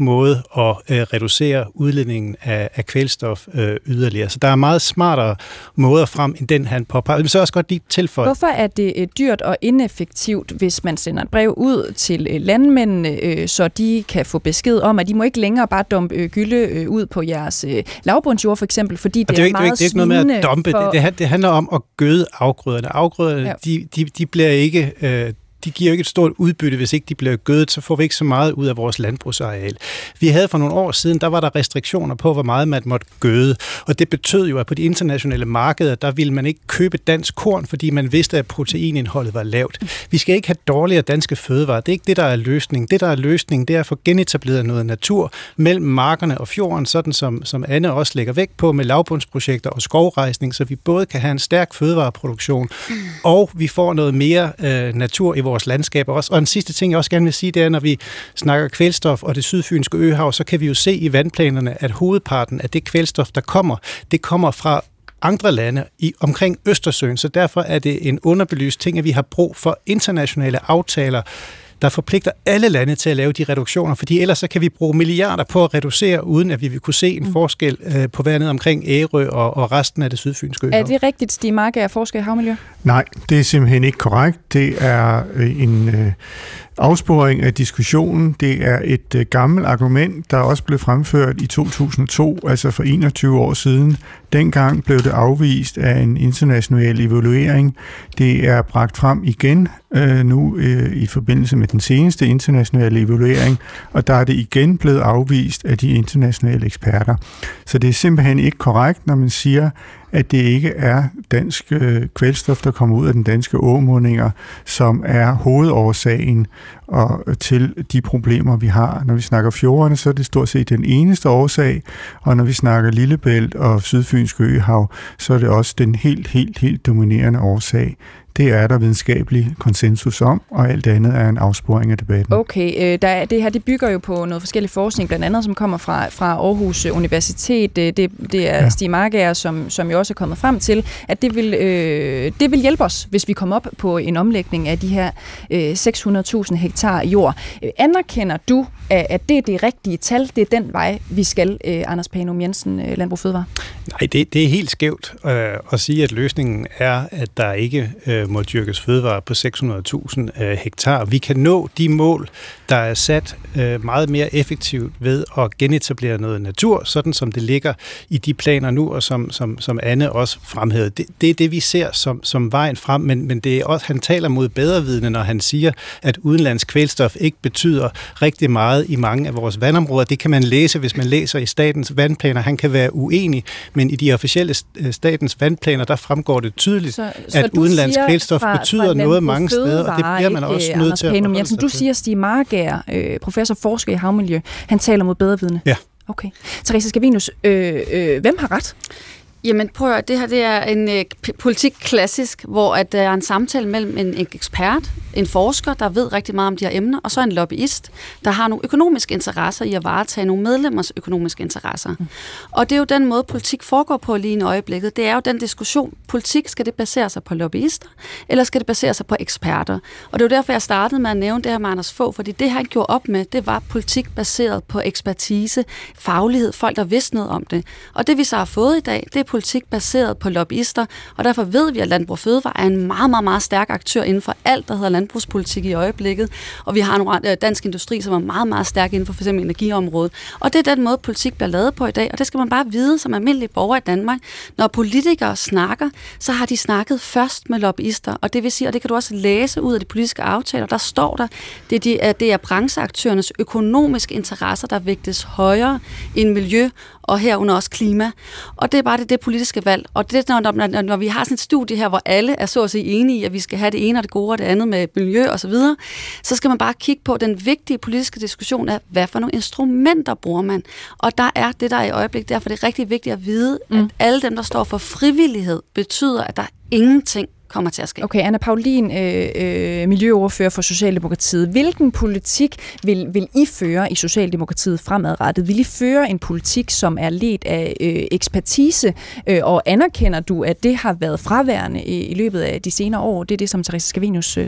måde at øh, reducere udledningen af, af kvælstof øh, yderligere. Så der er meget smartere måder frem, end den han påpeger. Jeg vil så også godt lige tilføje. Hvorfor er det øh, dyrt og ineffektivt, hvis man sender et brev ud til øh, landmændene, øh, så de kan få besked om, at de må ikke længere bare dumpe øh, gylde øh, ud på jeres øh, lavbundsjord for eksempel, fordi det, det er, er ikke, meget det er ikke noget med at dumpe. for... Det, det, det handler om at gøde afgrøderne. Afgrøderne, ja. de, de, de bliver ikke... Øh, de giver jo ikke et stort udbytte, hvis ikke de bliver gødet, så får vi ikke så meget ud af vores landbrugsareal. Vi havde for nogle år siden, der var der restriktioner på, hvor meget man måtte gøde, og det betød jo, at på de internationale markeder, der ville man ikke købe dansk korn, fordi man vidste, at proteinindholdet var lavt. Vi skal ikke have dårligere danske fødevarer. Det er ikke det, der er løsningen. Det, der er løsningen, det er at få genetableret noget natur mellem markerne og fjorden, sådan som, som Anne også lægger vægt på med lavbundsprojekter og skovrejsning, så vi både kan have en stærk fødevareproduktion, og vi får noget mere øh, natur i vores landskaber også. Og en sidste ting, jeg også gerne vil sige, det er, når vi snakker kvælstof og det sydfynske øhav, så kan vi jo se i vandplanerne, at hovedparten af det kvælstof, der kommer, det kommer fra andre lande i, omkring Østersøen. Så derfor er det en underbelyst ting, at vi har brug for internationale aftaler, der forpligter alle lande til at lave de reduktioner, fordi ellers så kan vi bruge milliarder på at reducere, uden at vi vil kunne se en mm. forskel øh, på vandet omkring Ærø og, og resten af det sydfynske øhav. Er det rigtigt, Stig Mark er forsker i havmiljø? Nej, det er simpelthen ikke korrekt. Det er øh, en øh, afsporing af diskussionen. Det er et øh, gammelt argument, der også blev fremført i to tusind og to, altså for enogtyve år siden. Dengang blev det afvist af en international evaluering. Det er bragt frem igen øh, nu øh, i forbindelse med den seneste internationale evaluering, og der er det igen blevet afvist af de internationale eksperter. Så det er simpelthen ikke korrekt, når man siger, at det ikke er dansk øh, kvælstof, der kommer ud af den danske åmundinger, som er hovedårsagen og, til de problemer, vi har. Når vi snakker fjordene, så er det stort set den eneste årsag, og når vi snakker Lillebælt og Sydfynske Øhav, så er det også den helt, helt, helt dominerende årsag. Det er der videnskabelig konsensus om, og alt andet er en afsporing af debatten. Okay, øh, der er, det her det bygger jo på noget forskellig forskning, blandt andet som kommer fra, fra Aarhus Universitet. Det, det er ja. Stig Markager, som, som jo også er kommet frem til, at det vil, øh, det vil hjælpe os, hvis vi kommer op på en omlægning af de her øh, seks hundrede tusind hektar jord. Øh, anerkender du, at det er det rigtige tal? Det er den vej, vi skal, øh, Anders Panum Jensen, øh, Landbrug Fødevare? Nej, det, det er helt skævt øh, at sige, at løsningen er, at der ikke øh, må dyrkes fødevarer på seks hundrede tusind øh, hektar. Vi kan nå de mål, der er sat øh, meget mere effektivt ved at genetablere noget natur, sådan som det ligger i de planer nu, og som, som, som Anne også fremhævede. Det, det er det, vi ser som, som vejen frem, men, men det er også, han taler mod bedrevidende, når han siger, at udenlandsk kvælstof ikke betyder rigtig meget i mange af vores vandområder. Det kan man læse, hvis man læser i statens vandplaner. Han kan være uenig, men i de officielle statens vandplaner, der fremgår det tydeligt, så, så at udenlandsk kvælstof fra, betyder fra noget mange steder, og det bliver man også nødt Anders til at Panum Jensen, du siger, Stig Markager, øh, professor forsker i havmiljø, han taler mod bedrevidende. Ja. Okay. Therese Scavenius, øh, øh, hvem har ret? Jamen prøv at høre, det her det er en øh, politik klassisk, hvor at der er en samtale mellem en, en ekspert, en forsker, der ved rigtig meget om de her emner, og så en lobbyist, der har nogle økonomiske interesser i at varetage nogle medlemmers økonomiske interesser. Mm. Og det er jo den måde, politik foregår på lige i øjeblikket. Det er jo den diskussion, politik, skal det basere sig på lobbyister, eller skal det basere sig på eksperter? Og det er jo derfor, jeg startede med at nævne det her med Anders Fogh, fordi det, han gjorde op med, det var politik baseret på ekspertise, faglighed, folk, der vidste noget om det. Og det, vi så har fået i dag, det er politik baseret på lobbyister, og derfor ved vi, at Landbrug Fødevare er en meget, meget, meget stærk aktør inden for alt, der hedder landbrugspolitik i øjeblikket, og vi har nogle dansk industri, som er meget, meget stærk inden for f.eks. energiområdet. Og det er den måde, politik bliver lavet på i dag, og det skal man bare vide som almindelige borger i Danmark. Når politikere snakker, så har de snakket først med lobbyister, og det vil sige, og det kan du også læse ud af de politiske aftaler, der står der, det er, de, det er brancheaktørernes økonomiske interesser, der vægtes højere end miljø, og herunder også klima. Og det er bare det, det politiske valg. Og det, når, når, når vi har sådan et studie her, hvor alle er så at sige enige i, at vi skal have det ene og det gode og det andet med miljø og så videre, så skal man bare kigge på den vigtige politiske diskussion af, hvad for nogle instrumenter bruger man. Og der er det, der er i øjeblikket. Derfor er det rigtig vigtigt at vide, mm. at alle dem, der står for frivillighed, betyder, at der er ingenting kommer til at ske. Okay, Anna Paulin, øh, øh, miljøordfører for Socialdemokratiet. Hvilken politik vil, vil I føre i Socialdemokratiet fremadrettet? Vil I føre en politik, som er ledt af øh, ekspertise, øh, og anerkender du, at det har været fraværende i, i løbet af de senere år? Det er det, som Therese Scavenius øh, siger.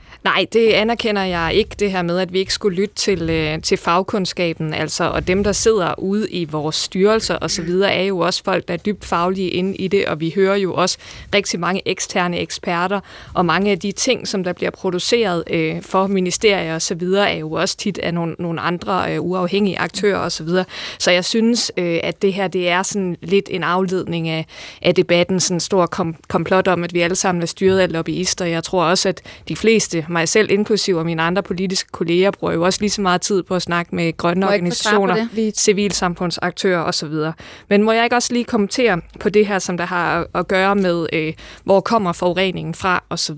Nej, det anerkender jeg ikke, det her med, at vi ikke skulle lytte til, øh, til fagkundskaben, altså, og dem, der sidder ude i vores styrelser og så videre, er jo også folk, der er dybt faglige inde i det, og vi hører jo også rigtig mange eksterne eksperter, og mange af de ting, som der bliver produceret øh, for ministerier og så videre, er jo også tit af nogle, nogle andre øh, uafhængige aktører og så videre. Så jeg synes, øh, at det her, det er sådan lidt en afledning af, af debatten, sådan en stor kom- komplot om, at vi alle sammen er styret af lobbyister. Jeg tror også, at de fleste, mig selv inklusive og mine andre politiske kolleger, bruger jo også lige så meget tid på at snakke med grønne organisationer, civilsamfundsaktører osv. Men må jeg ikke også lige kommentere på det her, som der har at gøre med, øh, hvor kommer forureningen fra osv.?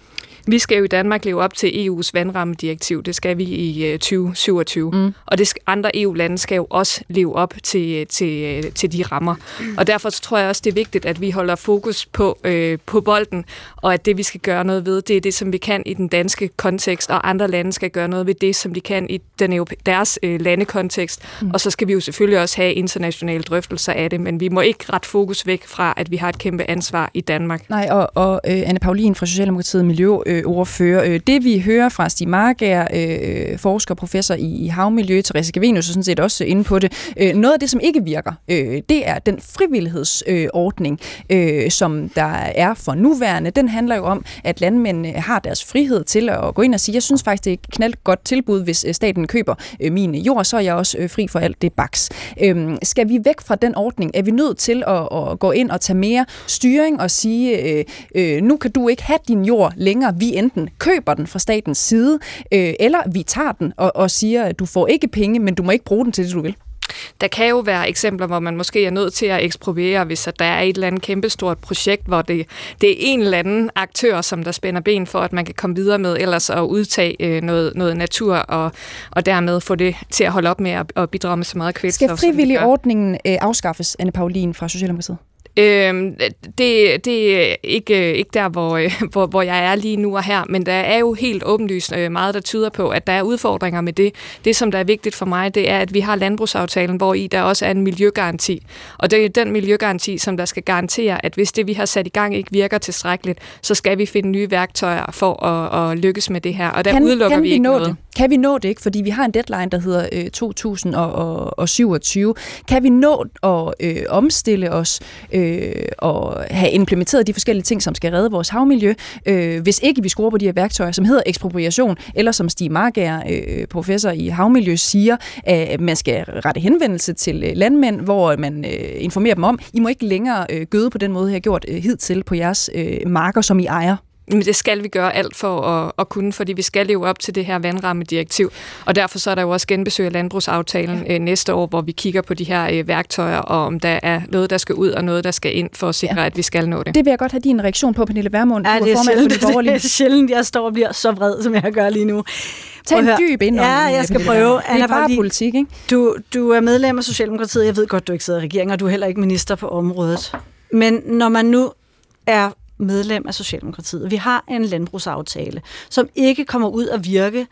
Vi skal jo i Danmark leve op til E U's vandrammedirektiv. Det skal vi i tyve syvogtyve. Mm. Og det skal, andre E U-lande skal jo også leve op til, til, til de rammer. Og derfor så tror jeg også, det er vigtigt, at vi holder fokus på, øh, på bolden, og at det, vi skal gøre noget ved, det er det, som vi kan i den danske kontekst, og andre lande skal gøre noget ved det, som de kan i den europæ- deres øh, landekontekst. Mm. Og så skal vi jo selvfølgelig også have internationale drøftelser af det, men vi må ikke rette fokus væk fra, at vi har et kæmpe ansvar i Danmark. Nej, og, og øh, Anne Paulin fra Socialdemokratiet Miljø ordfører. Det vi hører fra Stig Markær, øh, forsker og professor i havmiljø, Therese Gavenius er sådan set også inde på det. Øh, noget af det, som ikke virker, øh, det er den frivillighedsordning, øh, som der er for nuværende. Den handler jo om, at landmændene har deres frihed til at gå ind og sige, jeg synes faktisk, det er et knaldt godt tilbud, hvis staten køber øh, min jord, så er jeg også øh, fri for alt det baks. Øh, skal vi væk fra den ordning? Er vi nødt til at, at gå ind og tage mere styring og sige, øh, øh, nu kan du ikke have din jord længere, vi enten køber den fra statens side, øh, eller vi tager den og, og siger, at du får ikke penge, men du må ikke bruge den til det, du vil. Der kan jo være eksempler, hvor man måske er nødt til at ekspropriere, hvis der er et eller andet kæmpestort projekt, hvor det, det er en eller anden aktør, som der spænder ben for, at man kan komme videre med ellers at udtage øh, noget, noget natur, og, og dermed få det til at holde op med at, at bidrage med så meget kvælstof. Skal frivillig ordningen øh, afskaffes, Anne Paulin fra Socialdemokratiet? Øhm, det, det er ikke, ikke der, hvor, hvor, hvor jeg er lige nu og her, men der er jo helt åbenlyst meget, der tyder på, at der er udfordringer med det. Det, som der er vigtigt for mig, det er, at vi har landbrugsaftalen, hvor i der også er en miljøgaranti. Og det er den miljøgaranti, som der skal garantere, at hvis det, vi har sat i gang, ikke virker tilstrækkeligt, så skal vi finde nye værktøjer for at, at lykkes med det her. Og der kan, udelukker kan vi, vi ikke noget. Det? Kan vi nå det ikke? Fordi vi har en deadline, der hedder øh, to tusind syvogtyve. Kan vi nå at øh, omstille os øh, og have implementeret de forskellige ting, som skal redde vores havmiljø, øh, hvis ikke vi skruer på de her værktøjer, som hedder ekspropriation, eller som Stig Markær, øh, professor i havmiljø, siger, at man skal rette henvendelse til landmænd, hvor man øh, informerer dem om, I må ikke længere øh, gøde på den måde, I har gjort øh, hidtil på jeres øh, marker, som I ejer. Men det skal vi gøre alt for at, at kunne, fordi vi skal leve op til det her vandrammedirektiv. Og derfor så er der jo også genbesøg af landbrugsaftalen ja. øh, næste år, hvor vi kigger på de her øh, værktøjer, og om der er noget, der skal ud, og noget, der skal ind for at sikre, ja. at vi skal nå det. Det vil jeg godt have din reaktion på, Pernille Vermund. Ja, det er, sjældent, det er sjældent, jeg står og bliver så vred, som jeg gør lige nu. Tag en dyb indånding. Ja, jeg skal prøve. Det er bare politik, ikke? Du, du er medlem af Socialdemokratiet. Jeg ved godt, du ikke sidder i regeringen, og du er heller ikke minister på området. Men når man nu er medlem af Socialdemokratiet. Vi har en landbrugsaftale, som ikke kommer ud at virke,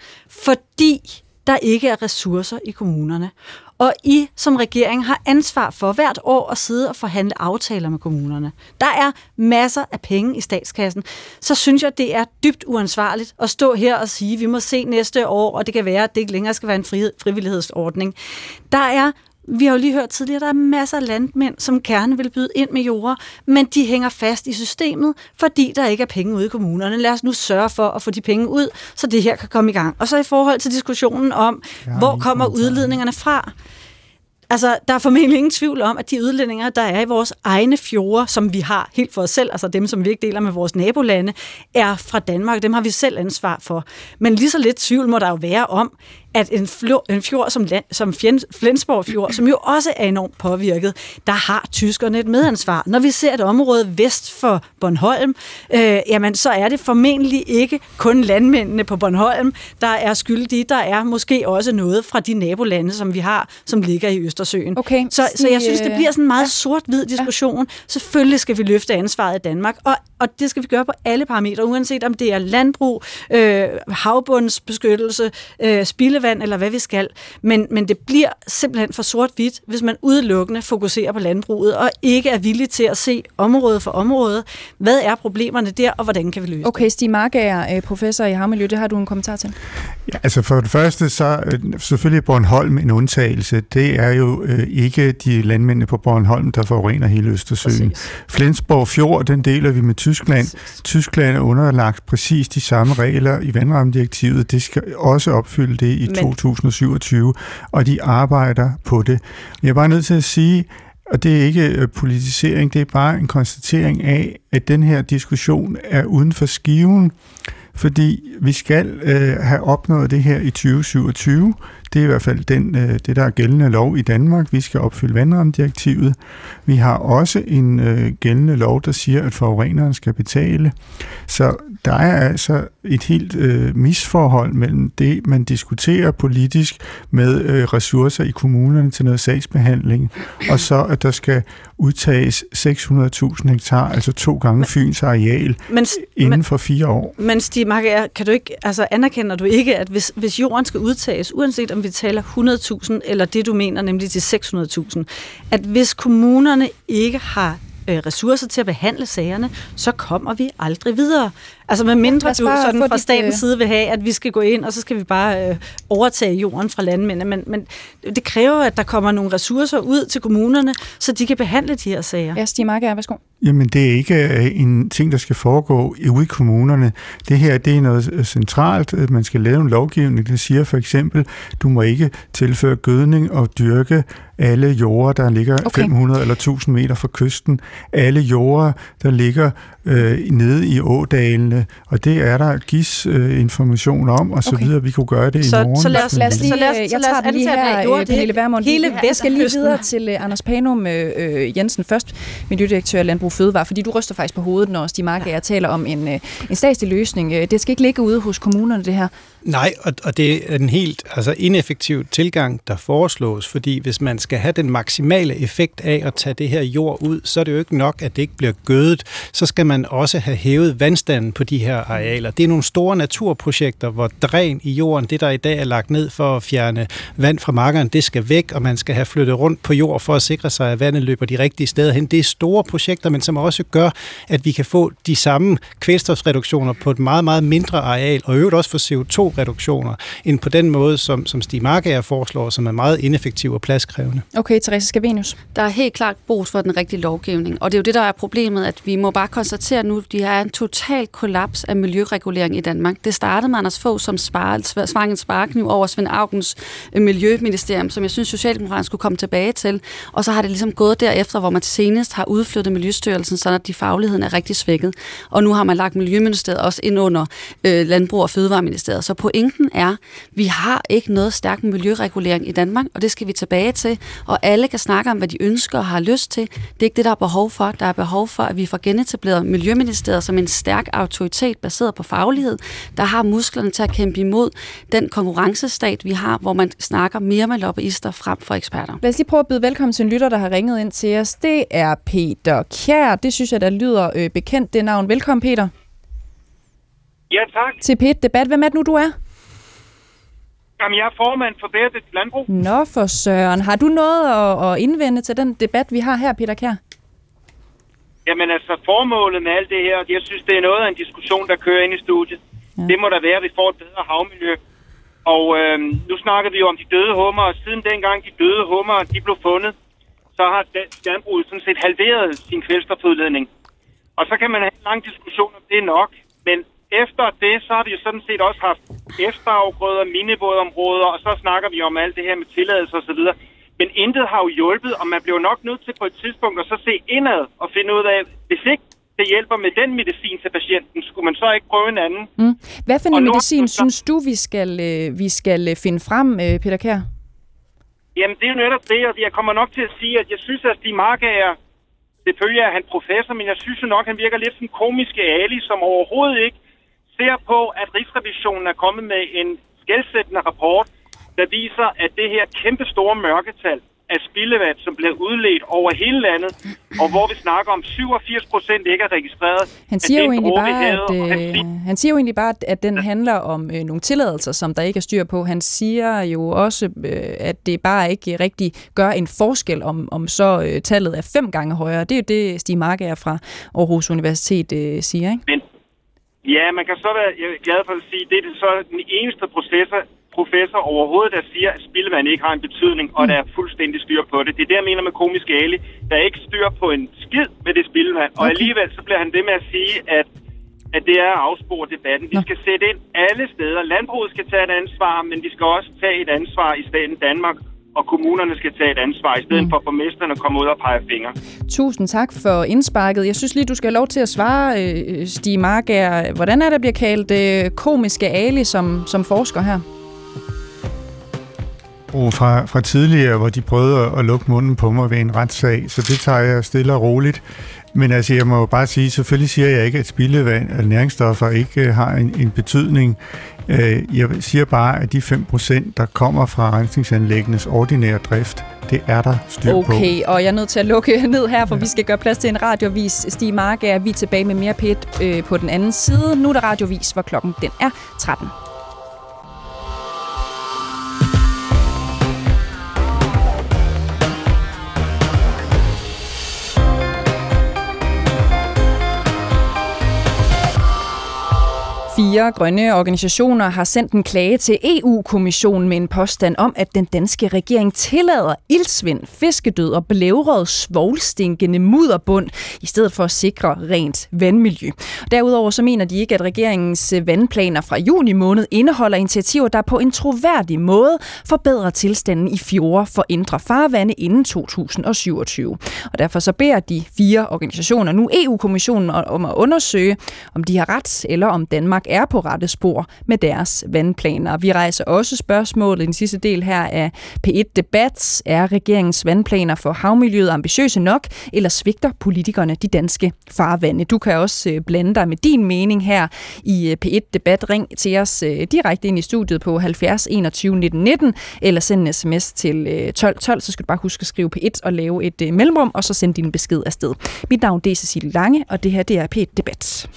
fordi der ikke er ressourcer i kommunerne. Og I som regering har ansvar for hvert år at sidde og forhandle aftaler med kommunerne. Der er masser af penge i statskassen. Så synes jeg, det er dybt uansvarligt at stå her og sige, at vi må se næste år, og det kan være, at det ikke længere skal være en fri, frivillighedsordning. Der er Vi har jo lige hørt tidligere, at der er masser af landmænd, som gerne vil byde ind med jorder, men de hænger fast i systemet, fordi der ikke er penge ude i kommunerne. Lad os nu sørge for at få de penge ud, så det her kan komme i gang. Og så i forhold til diskussionen om, hvor kommer udledningerne fra? Altså, der er formentlig ingen tvivl om, at de udledninger, der er i vores egne fjorde, som vi har helt for os selv, altså dem, som vi ikke deler med vores nabolande, er fra Danmark. Dem har vi selv ansvar for. Men lige så lidt tvivl må der jo være om, at en, fjord, en fjord som, land, som Flensborg Fjord, som jo også er enormt påvirket, der har tyskerne et medansvar. Når vi ser et område vest for Bornholm, øh, jamen så er det formentlig ikke kun landmændene på Bornholm, der er skyldige. Der er måske også noget fra de nabolande, som vi har, som ligger i Østersøen. Okay, så, så jeg synes, det bliver sådan en meget ja. sort-hvid diskussion. Ja. Selvfølgelig skal vi løfte ansvaret i Danmark, og og det skal vi gøre på alle parametre, uanset om det er landbrug, øh, havbundsbeskyttelse, øh, spildevand eller hvad vi skal. Men, men det bliver simpelthen for sort-hvidt, hvis man udelukkende fokuserer på landbruget, og ikke er villig til at se område for område. Hvad er problemerne der, og hvordan kan vi løse Okay, Stig Markager, professor i havmiljø, det har du en kommentar til? Ja, altså for det første, så selvfølgelig Bornholm en undtagelse. Det er jo øh, ikke de landmændene på Bornholm, der forurener hele Østersøen. Præcis. Flensborg Fjord, den deler vi med Tyskland. Præcis. Tyskland er underlagt præcis de samme regler i vandrammedirektivet. Det skal også opfylde det i Men... to tusind og syvogtyve, og de arbejder på det. Jeg er bare nødt til at sige, og det er ikke politisering, det er bare en konstatering af, at den her diskussion er uden for skiven, fordi vi skal øh, have opnået det her i tyve syvogtyve. Det er i hvert fald den, øh, det, der er gældende lov i Danmark. Vi skal opfylde vandrammedirektivet. Vi har også en øh, gældende lov, der siger, at forureneren skal betale. Så der er altså et helt øh, misforhold mellem det, man diskuterer politisk med øh, ressourcer i kommunerne til noget sagsbehandling, og så, at der skal udtages seks hundrede tusind hektar, altså to gange Fyns areal, men, inden men, for fire år. Men Stig Markager, kan du ikke, altså anerkender du ikke, at hvis, hvis jorden skal udtages, uanset om vi taler hundrede tusind, eller det du mener, nemlig til seks hundrede tusind, at hvis kommunerne ikke har øh, ressourcer til at behandle sagerne, så kommer vi aldrig videre. Altså med mindre du sådan fra statens side vil have, at vi skal gå ind, og så skal vi bare øh, overtage jorden fra landmændene. Men, men det kræver, at der kommer nogle ressourcer ud til kommunerne, så de kan behandle de her sager. Ja, Stig Markager, værsgo. Jamen, det er ikke en ting, der skal foregå ude i kommunerne. Det her, det er noget centralt. Man skal lave en lovgivning, der siger for eksempel, du må ikke tilføre gødning og dyrke alle jorder, der ligger okay. fem hundrede eller tusind meter fra kysten. Alle jorder, der ligger øh, nede i ådalene, og det er der gives øh, information om, og så okay. videre. Vi kunne gøre det så, i morgen. Så lad os, lad os lige, jeg tager den lige her, Pernille Vermund. Hele jeg skal lige videre til uh, Anders Panum øh, Jensen først, miljødirektør i Landbrug Fødevare, fordi du ryster faktisk på hovedet, når Stig Markager ja. taler om en, øh, en statslig løsning. Det skal ikke ligge ude hos kommunerne, det her. Nej, og, og det er en helt altså ineffektiv tilgang, der foreslås, fordi hvis man skal have den maksimale effekt af at tage det her jord ud, så er det jo ikke nok, at det ikke bliver gødet. Så skal man også have hævet vandstanden på de her arealer. Det er nogle store naturprojekter, hvor dræn i jorden, det der i dag er lagt ned for at fjerne vand fra markerne, det skal væk, og man skal have flyttet rundt på jord for at sikre sig, at vandet løber de rigtige steder hen. Det er store projekter, men som også gør, at vi kan få de samme kvælstofreduktioner på et meget, meget mindre areal, og øvrigt også få C O to reduktioner, end på den måde, som, som Stig Markager foreslår, som er meget ineffektiv og pladskrævende. Okay, Therese Scavenius. Der er helt klart brug for den rigtige lovgivning, og det er jo det, der er problemet, at vi må bare konstatere nu, at de er en total kollaps af miljøregulering i Danmark. Det startede med Anders Fogh, som sparede, svang en sparekniv over Svend Augens miljøministerium, som jeg synes, Socialdemokraterne skulle komme tilbage til, og så har det ligesom gået derefter, hvor man senest har udflyttet Miljøstyrelsen, så at de fagligheden er rigtig svækket. Og nu har man lagt Miljøministeriet også ind under øh, Landbrug- og Fødevareministeriet. Så pointen er, vi har ikke noget stærk miljøregulering i Danmark, og det skal vi tilbage til, og alle kan snakke om, hvad de ønsker og har lyst til. Det er ikke det, der er behov for. Der er behov for, at vi får genetableret Miljøministeriet som en stærk autoritet baseret på faglighed, der har musklerne til at kæmpe imod den konkurrencestat, vi har, hvor man snakker mere med lobbyister frem for eksperter. Lad os lige prøve at byde velkommen til en lytter, der har ringet ind til os. Det er Peter Kjær. Det synes jeg, der lyder øh, bekendt, det navn. Velkommen, Peter. Ja, tak. Til P et Debat. Hvem er det nu, du er? Jamen, jeg er formand for Bæredygtigt Landbrug. Nå for søren. Har du noget at, at indvende til den debat, vi har her, Peter Kjær? Jamen altså, formålet med alt det her, jeg synes, det er noget af en diskussion, der kører ind i studiet. Ja. Det må der være, at vi får et bedre havmiljø. Og øh, nu snakker vi jo om de døde hummer, og siden dengang de døde hummer, de blev fundet, så har landbruget sådan set halveret sin kvælstofudledning. Og så kan man have en lang diskussion om det er nok, men efter det, så har vi jo sådan set også haft efterafgrøder, minivådområder, og så snakker vi om alt det her med tilladelse og så videre. Men intet har jo hjulpet, og man bliver nok nødt til på et tidspunkt at så se indad og finde ud af, hvis ikke det hjælper med den medicin til patienten, skulle man så ikke prøve en anden. Mm. Hvad for en medicin så... synes du, vi skal, vi skal finde frem, Peter Kjær? Jamen, det er jo netop det, og jeg kommer nok til at sige, at jeg synes, at Stig Markager, selvfølgelig er han professor, men jeg synes jo nok, at han virker lidt som komiske Ali, som overhovedet ikke ser på, at Rigsrevisionen er kommet med en skelsættende rapport, der viser, at det her kæmpe store mørketal, af spildevand, som bliver udledt over hele landet, og hvor vi snakker om syvogfirs procent ikke er registreret. Han siger, jo egentlig, bare, havet, at, øh, han, han siger jo egentlig bare, at den handler om øh, nogle tilladelser, som der ikke er styr på. Han siger jo også, øh, at det bare ikke rigtig gør en forskel, om, om så øh, tallet er fem gange højere. Det er jo det, Stig Markager fra Aarhus Universitet øh, siger, ikke? Men, ja, man kan så være jeg er glad for at sige, det er så den eneste processor, professor overhovedet, der siger, at spildevand ikke har en betydning, og der er fuldstændig styr på det. Det er det, jeg mener med Komisk Ali. Der er ikke styr på en skid med det spildevand, og okay. alligevel så bliver han ved med at sige, at, at det er at afspore debatten. Vi skal sætte ind alle steder. Landbruget skal tage et ansvar, men de skal også tage et ansvar i staten Danmark, og kommunerne skal tage et ansvar, i stedet mm. for borgmesterne at komme ud og pege fingre. Tusind tak for indsparket. Jeg synes lige, du skal have lov til at svare, øh, Stig Markager. Hvordan er det, bliver kaldt øh, Komiske Ali som, som forsker her? Og fra, fra tidligere, hvor de prøvede at lukke munden på mig ved en retssag, så det tager jeg stille og roligt. Men altså, jeg må jo bare sige, selvfølgelig siger jeg ikke, at spildevand eller næringsstoffer ikke har en, en betydning. Jeg siger bare, at de fem procent, der kommer fra rensningsanlæggenes ordinære drift, det er der styr okay, på. Okay, og jeg er nødt til at lukke ned her, for ja. vi skal gøre plads til en radiovis. Stig Markager, vi er tilbage med mere P et øh, på den anden side. Nu er der radiovis, hvor klokken den er tretten. Fire grønne organisationer har sendt en klage til E U-kommissionen med en påstand om, at den danske regering tillader iltsvind, fiskedød og blævret svovlstinkende mudderbund, i stedet for at sikre rent vandmiljø. Derudover så mener de ikke, at regeringens vandplaner fra juni måned indeholder initiativer, der på en troværdig måde forbedrer tilstanden i fjorde for indre farvande inden to tusind og syvogtyve. Og derfor så beder de fire organisationer nu E U-kommissionen om at undersøge, om de har ret, eller om Danmark er på rette spor med deres vandplaner. Vi rejser også spørgsmålet i den sidste del her af P et Debat. Er regeringens vandplaner for havmiljøet ambitiøse nok, eller svigter politikerne de danske farvande? Du kan også blande dig med din mening her i P et Debat. Ring til os direkte ind i studiet på halvfjerds enogtyve nitten nitten, eller send en sms til tolv tolv, så skal du bare huske at skrive P et og lave et mellemrum, og så send din besked afsted. Mit navn er Cecilie Lange, og det her det er P et Debat.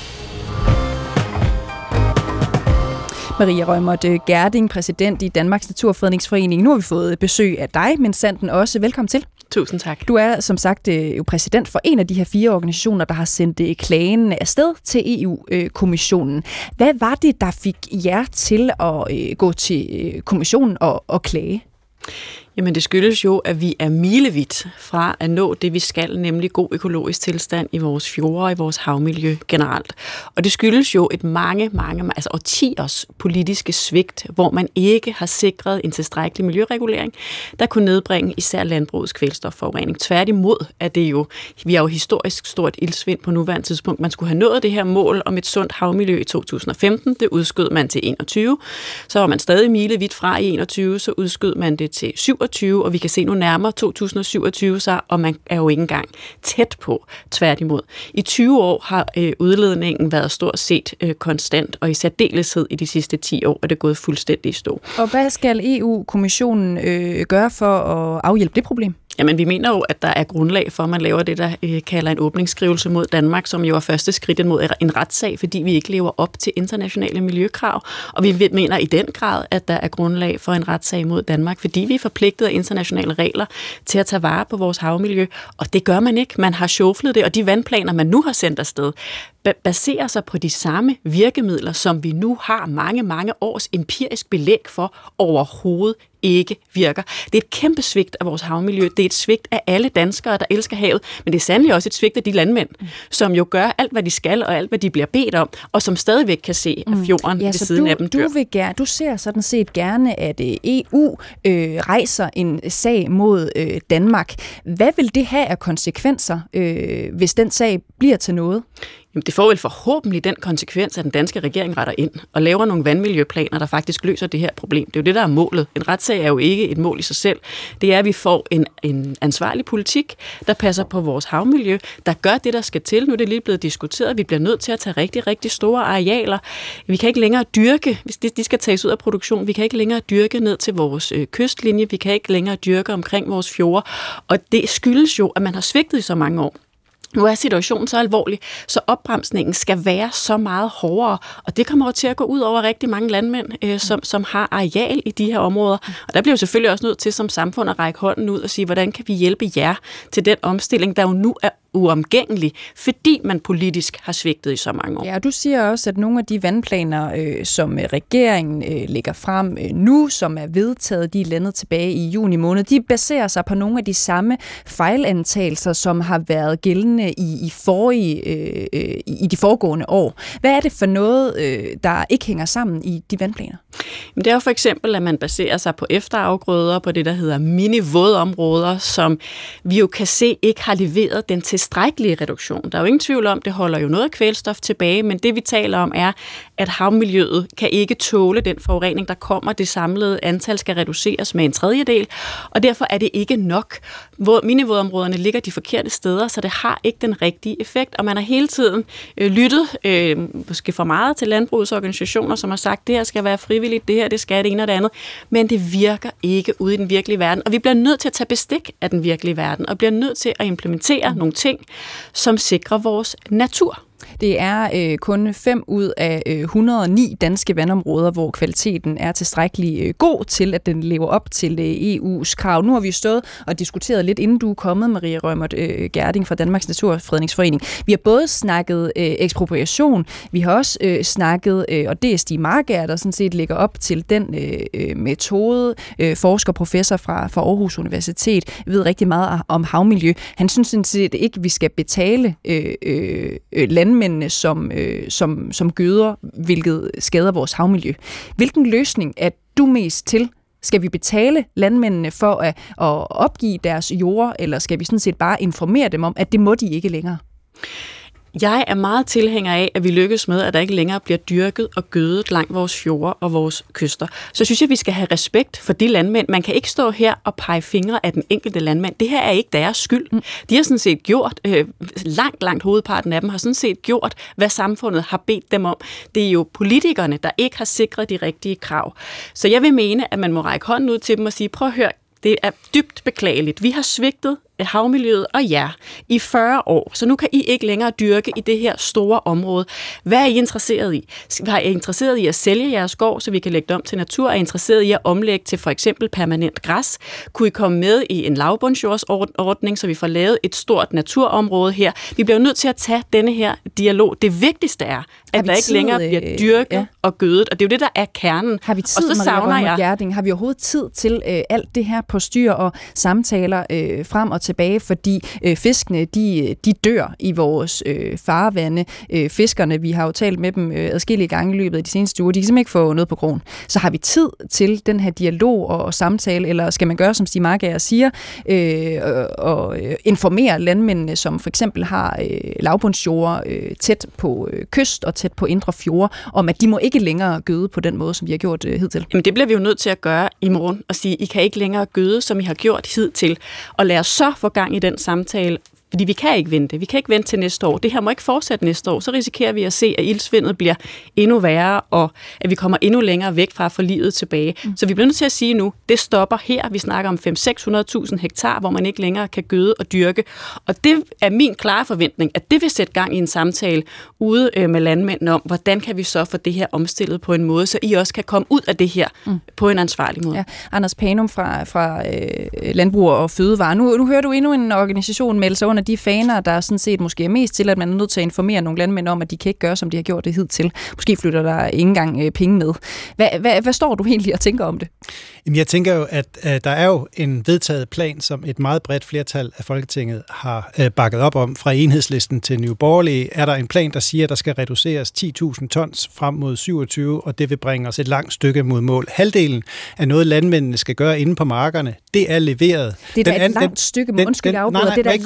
Maria Reumert Gjerding, præsident i Danmarks Naturfredningsforening. Nu har vi fået besøg af dig, men Sanden også. Velkommen til. Tusind tak. Du er som sagt jo præsident for en af de her fire organisationer, der har sendt klagen afsted til E U-kommissionen. Hvad var det, der fik jer til at gå til kommissionen og, og klage? Jamen det skyldes jo, at vi er milevidt fra at nå det, vi skal, nemlig god økologisk tilstand i vores fjorde og i vores havmiljø generelt. Og det skyldes jo et mange, mange, altså årtiers politiske svigt, hvor man ikke har sikret en tilstrækkelig miljøregulering, der kunne nedbringe især landbrugets kvælstofforurening. Tværtimod er det jo, vi har jo historisk stort iltsvind på nuværende tidspunkt. Man skulle have nået det her mål om et sundt havmiljø i to tusind og femten, det udskød man til enogtyve. Så var man stadig milevidt fra i enogtyve, så udskød man det til syvogtyve, og vi kan se nu nærmere to tusind og syvogtyve sig, og man er jo ikke engang tæt på, tværtimod. I tyve år har øh, udledningen været stort set øh, konstant, og i særdeleshed i de sidste ti år er det gået fuldstændig i stå. Og hvad skal E U-kommissionen øh, gøre for at afhjælpe det problem? Jamen, vi mener jo, at der er grundlag for, at man laver det, der øh, kalder en åbningsskrivelse mod Danmark, som jo er første skridt mod en retssag, fordi vi ikke lever op til internationale miljøkrav. Og vi mener i den grad, at der er grundlag for en retssag mod Danmark, fordi vi er forpligtet af internationale regler til at tage vare på vores havmiljø. Og det gør man ikke. Man har sjoflet det, og de vandplaner, man nu har sendt afsted, baserer sig på de samme virkemidler, som vi nu har mange, mange års empirisk belæg for overhovedet ikke virker. Det er et kæmpe svigt af vores havmiljø. Det er et svigt af alle danskere, der elsker havet, men det er sandelig også et svigt af de landmænd, som jo gør alt, hvad de skal, og alt, hvad de bliver bedt om, og som stadigvæk kan se af fjorden ja, ved siden du, af dem. Du, vil gerne, du ser sådan set gerne, at E U øh, rejser en sag mod øh, Danmark. Hvad vil det have af konsekvenser, øh, hvis den sag bliver til noget? Jamen, det får vel forhåbentlig den konsekvens, at den danske regering retter ind og laver nogle vandmiljøplaner, der faktisk løser det her problem. Det er jo det, der er målet. En retssag er jo ikke et mål i sig selv. Det er, at vi får en, en ansvarlig politik, der passer på vores havmiljø, der gør det, der skal til. Nu er det lige blevet diskuteret. Vi bliver nødt til at tage rigtig, rigtig store arealer. Vi kan ikke længere dyrke, hvis de skal tages ud af produktion, vi kan ikke længere dyrke ned til vores øh, kystlinje, vi kan ikke længere dyrke omkring vores fjorde. Og det skyldes jo, at man har svigtet i så mange år. Nu er situationen så alvorlig, så opbremsningen skal være så meget hårdere, og det kommer jo til at gå ud over rigtig mange landmænd, øh, som, som har areal i de her områder. Og der bliver jo selvfølgelig også nødt til som samfund at række hånden ud og sige, hvordan kan vi hjælpe jer til den omstilling, der jo nu er uomgængelig, fordi man politisk har svigtet i så mange år. Ja, og du siger også, at nogle af de vandplaner, øh, som regeringen øh, lægger frem øh, nu, som er vedtaget, de er landet tilbage i juni måned, de baserer sig på nogle af de samme fejlantagelser, som har været gældende i, i, forrige, øh, øh, i de foregående år. Hvad er det for noget, øh, der ikke hænger sammen i de vandplaner? Det er jo for eksempel, at man baserer sig på efterafgrøder, på det, der hedder mini-vådområder, som vi jo kan se ikke har leveret den tilstrækkelige reduktion. Der er jo ingen tvivl om, det holder jo noget kvælstof tilbage, men det vi taler om er, at havmiljøet kan ikke tåle den forurening, der kommer. Det samlede antal skal reduceres med en tredjedel, og derfor er det ikke nok. Hvor minivådområderne ligger de forkerte steder, så det har ikke den rigtige effekt, og man har hele tiden øh, lyttet øh, måske for meget til landbrugets organisationer, som har sagt, det her skal være frivilligt, det her det skal det ene og det andet, men det virker ikke ude i den virkelige verden, og vi bliver nødt til at tage bestik af den virkelige verden, og bliver nødt til at implementere nogle ting, som sikrer vores natur. Det er øh, kun fem ud af øh, et hundrede og ni danske vandområder, hvor kvaliteten er tilstrækkelig øh, god til, at den lever op til øh, E U's krav. Nu har vi stået og diskuteret lidt, inden du er kommet, Maria Reumert øh, Gjerding fra Danmarks Naturfredningsforening. Vi har både snakket øh, ekspropriation, vi har også øh, snakket, øh, og det er Stig Markær, der sådan set ligger op til den øh, metode. Øh, forsker, professor fra, fra Aarhus Universitet, ved rigtig meget om havmiljø. Han synes sådan set ikke, vi skal betale øh, øh, landmænd Som, øh, som, som gøder, hvilket skader vores havmiljø. Hvilken løsning er du mest til? Skal vi betale landmændene for at, at opgive deres jorder, eller skal vi sådan set bare informere dem om, at det må de ikke længere? Jeg er meget tilhænger af, at vi lykkes med, at der ikke længere bliver dyrket og gødet langt vores fjorde og vores kyster. Så synes jeg, at vi skal have respekt for de landmænd. Man kan ikke stå her og pege fingre af den enkelte landmand. Det her er ikke deres skyld. De har sådan set gjort, øh, langt, langt hovedparten af dem har sådan set gjort, hvad samfundet har bedt dem om. Det er jo politikerne, der ikke har sikret de rigtige krav. Så jeg vil mene, at man må række hånden ud til dem og sige, prøv at høre, det er dybt beklageligt. Vi har svigtet havmiljøet og jer i fyrre år, så nu kan I ikke længere dyrke i det her store område. Hvad er I interesseret i? Er I interesseret i at sælge jeres skov, så vi kan lægge det om til natur? Er I interesseret i at omlægge til for eksempel permanent græs? Kunne I komme med i en lavbundsjordsordning, så vi får lavet et stort naturområde her? Vi bliver nødt til at tage denne her dialog. Det vigtigste er, at der ikke længere bliver dyrket ja. og gødet, og det er jo det, der er kernen. Har vi tid, og så savner jeg... Gjerding, har vi overhovedet tid til øh, alt det her på styr og samtaler øh, frem og tilbage, fordi øh, fiskene, de, de dør i vores øh, farvande. Øh, fiskerne, vi har jo talt med dem øh, adskillige gange i løbet af de seneste uger, de kan simpelthen ikke få noget på krogen. Så har vi tid til den her dialog og, og samtale, eller skal man gøre, som Stig Markær siger, øh, og, og informere landmændene, som for eksempel har øh, lavbundsjorder øh, tæt på øh, kyst og tæt på indre fjorde, om at de må ikke længere gøde på den måde, som vi har gjort øh, hidtil? Jamen det bliver vi jo nødt til at gøre i morgen, og sige, I kan ikke længere gøde, som I har gjort hidtil, og lad os så få gang i den samtale, fordi vi kan ikke vente. Vi kan ikke vente til næste år. Det her må ikke fortsætte næste år. Så risikerer vi at se, at iltsvindet bliver endnu værre, og at vi kommer endnu længere væk fra at få livet tilbage. Mm. Så vi bliver nødt til at sige nu, det stopper her. Vi snakker om fem til seks hundrede tusind hektar, hvor man ikke længere kan gøde og dyrke. Og det er min klare forventning, at det vil sætte gang i en samtale ude med landmændene om, hvordan kan vi så få det her omstillet på en måde, så I også kan komme ud af det her mm. på en ansvarlig måde. Ja. Anders Panum fra, fra øh, Landbrug og Fødevare. Nu, nu hører du endnu en organisation melde sig under de faner, der sådan set måske er mest til, at man er nødt til at informere nogle landmænd om, at de kan ikke gøre, som de har gjort det hidtil. Måske flytter der ikke engang øh, penge med. Hvad, hvad, hvad står du egentlig og tænker om det? Jamen, jeg tænker jo, at øh, der er jo en vedtaget plan, som et meget bredt flertal af Folketinget har øh, bakket op om. Fra Enhedslisten til Nye Borgerlige er der en plan, der siger, at der skal reduceres ti tusind tons frem mod syvogtyve, og det vil bringe os et langt stykke mod mål. Halvdelen af noget, landmændene skal gøre inde på markerne, det er leveret. Det er da et langt stykke, undskyld afbryder, det er da et langt stykke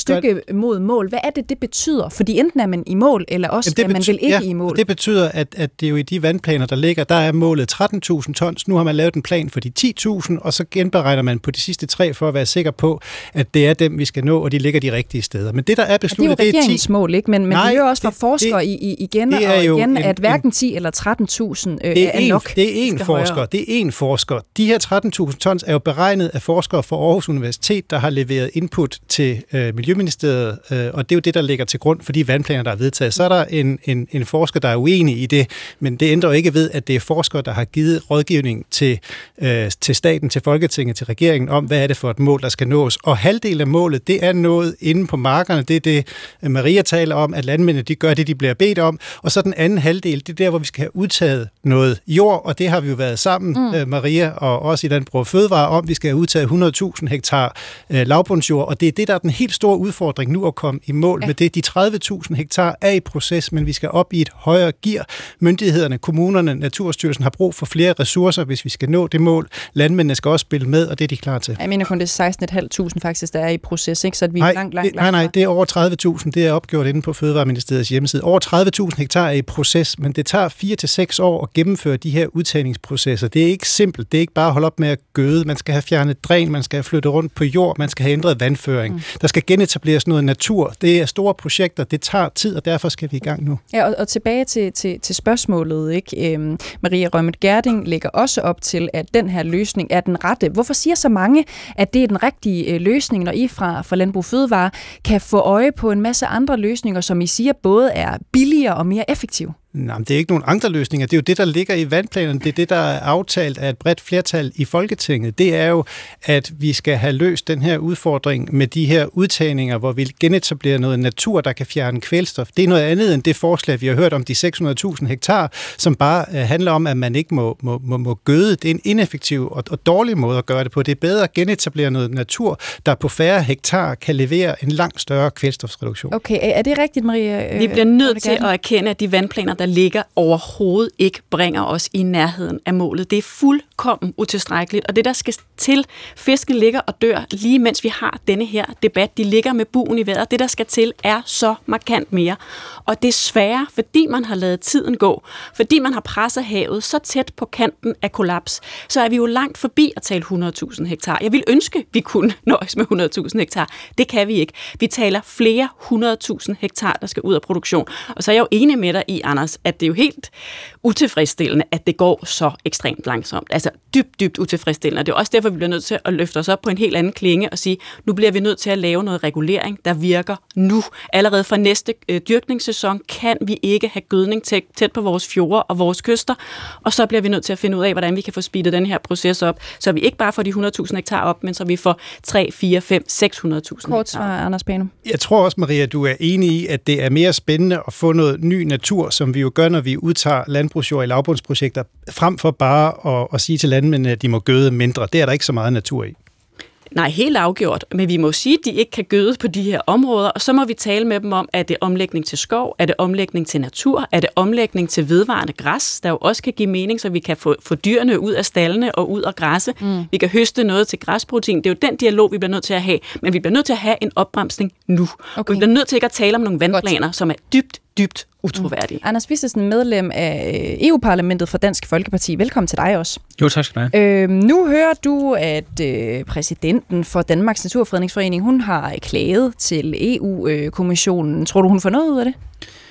stykke der... mod mål. Hvad er det, det betyder? Fordi enten er man i mål, eller også Jamen, er man betyder, vel ikke ja, i mål. Det betyder, at, at det er jo i de vandplaner, der ligger, der er målet tretten tusind tons. Nu har man lavet en plan for de ti tusind, og så genberegner man på de sidste tre for at være sikker på, at det er dem, vi skal nå, og de ligger de rigtige steder. Men det, der er besluttet, det er jo regeringens det er ti... mål, ikke? Men, men Nej, vi hører også fra det, forskere det, i, i, igen og igen, en, at hverken ti eller tretten tusind øh, det er, er en, nok. Det er én forsker. Højere. Det er én forsker. De her tretten tusind tons er jo beregnet af forskere fra Aarhus Universitet, der har leveret input til øh, Miljøministeriet, øh, og det er jo det, der ligger til grund for de vandplaner, der er vedtaget. Så er der en, en, en forsker, der er uenig i det, men det ændrer jo ikke ved, at det er forskere, der har givet rådgivning til, øh, til staten, til Folketinget, til regeringen om, hvad er det for et mål, der skal nås. Og halvdelen af målet, det er noget inde på markerne. Det er det, Maria taler om, at landmændene de gør det, de bliver bedt om. Og så den anden halvdel, det er der, hvor vi skal have udtaget noget jord, og det har vi jo været sammen, mm. Maria og også i Landbrug og Fødevare, om vi skal have udtaget hundrede tusind hektar øh, lavbundsjord, og det er det, der er den helt store udfordring nu at komme i mål ja. med det. De tredive tusind hektar er i proces, men vi skal op i et højere gear. Myndighederne, kommunerne, Naturstyrelsen har brug for flere ressourcer, hvis vi skal nå det mål. Landmændene skal også spille med, og det er de klar til. Jeg mener kun, det er seksten tusind fem hundrede faktisk, der er i proces, ikke? Så vi er nej, langt, langt, det, nej, nej, det er over tredive tusind. Det er opgjort inde på Fødevareministeriets hjemmeside. Over tredive tusind hektar er i proces, men det tager fire til seks år at gennemføre de her udtagningsprocesser. Det er ikke simpelt. Det er ikke bare at holde op med at gøde. Man skal have fjernet dræn, man skal have flyttet rundt på jord, man skal have ændret vandføring. Mm. Der skal genetableres noget natur. Det er store projekter, det tager tid, og derfor skal vi i gang nu. Ja, og, og tilbage til, til, til spørgsmålet, ikke? Øhm, Maria Rømmet Gerding lægger også op til, at den her løsning er den rette. Hvorfor siger så mange, at det er den rigtige øh, løsning, når I fra, fra Landbrug Fødevare kan få øje på en masse andre løsninger, som I siger både er billigere og mere effektive? Nej, men det er ikke nogen andre løsninger. Det er jo det, der ligger i vandplanerne. Det er det, der er aftalt af et bredt flertal i Folketinget. Det er jo, at vi skal have løst den her udfordring med de her udtagninger, hvor vi genetablerer noget natur, der kan fjerne kvælstof. Det er noget andet end det forslag, vi har hørt om de seks hundrede tusind hektar, som bare uh, handler om, at man ikke må, må, må, må gøde. Det er en ineffektiv og, og dårlig måde at gøre det på. Det er bedre at genetablere noget natur, der på færre hektar kan levere en langt større kvælstofsreduktion. Okay, er det rigtigt, Maria? Vi bliver nødt til at erkende, at de vandplaner, der ligger, overhovedet ikke bringer os i nærheden af målet. Det er fuldkommen utilstrækkeligt, og det, der skal til, fisken ligger og dør, lige mens vi har denne her debat. De ligger med buen i vejret. Det, der skal til, er så markant mere. Og desværre, fordi man har ladet tiden gå, fordi man har presset havet så tæt på kanten af kollaps, så er vi jo langt forbi at tale hundrede tusind hektar. Jeg vil ønske, vi kunne nøjes med hundrede tusind hektar. Det kan vi ikke. Vi taler flere hundrede tusind hektar, der skal ud af produktion. Og så er jeg jo enig med dig i, Anders, at det er jo helt utilfredsstillende, at det går så ekstremt langsomt. Altså dybt, dybt utilfredsstillende. Og det er også derfor, vi bliver nødt til at løfte os op på en helt anden klinge og sige, nu bliver vi nødt til at lave noget regulering, der virker nu. Allerede fra næste øh, dyrkningssæson kan vi ikke have gødning tæt, tæt på vores fjorde og vores kyster, og så bliver vi nødt til at finde ud af, hvordan vi kan få speedet den her proces op, så vi ikke bare får de hundrede tusind hektar op, men så vi får tre, fire, fem, seks hundrede tusind hektar. Kort svar, Anders Panum. Jeg tror også, Maria, du er enig i, at det er mere spændende at få noget ny natur, som vi jo gør, når vi udtager landbrugsjord i lavbundsprojekter, frem for bare at, at sige til landmændene, at de må gøde mindre. Det er der ikke så meget natur i. Nej, helt afgjort. Men vi må sige, at de ikke kan gøde på de her områder, og så må vi tale med dem om, er det omlægning til skov, er det omlægning til natur, er det omlægning til vedvarende græs, der jo også kan give mening, så vi kan få, få dyrene ud af stallene og ud af græsse. Mm. Vi kan høste noget til græsprotein. Det er jo den dialog, vi bliver nødt til at have, men vi bliver nødt til at have en opbremsning nu. Okay. Vi bliver nødt til ikke at tale om nogle vandplaner, Godt. som er dybt, dybt utroværdige. Mm. Anders Vistesen, medlem af E U-parlamentet for Dansk Folkeparti. Velkommen til dig også. Jo, tak skal du have. Øh, nu hører du, at øh, præsidenten for Danmarks Naturfredningsforening, hun har klaget til E U-kommissionen. Tror du, hun får noget ud af det?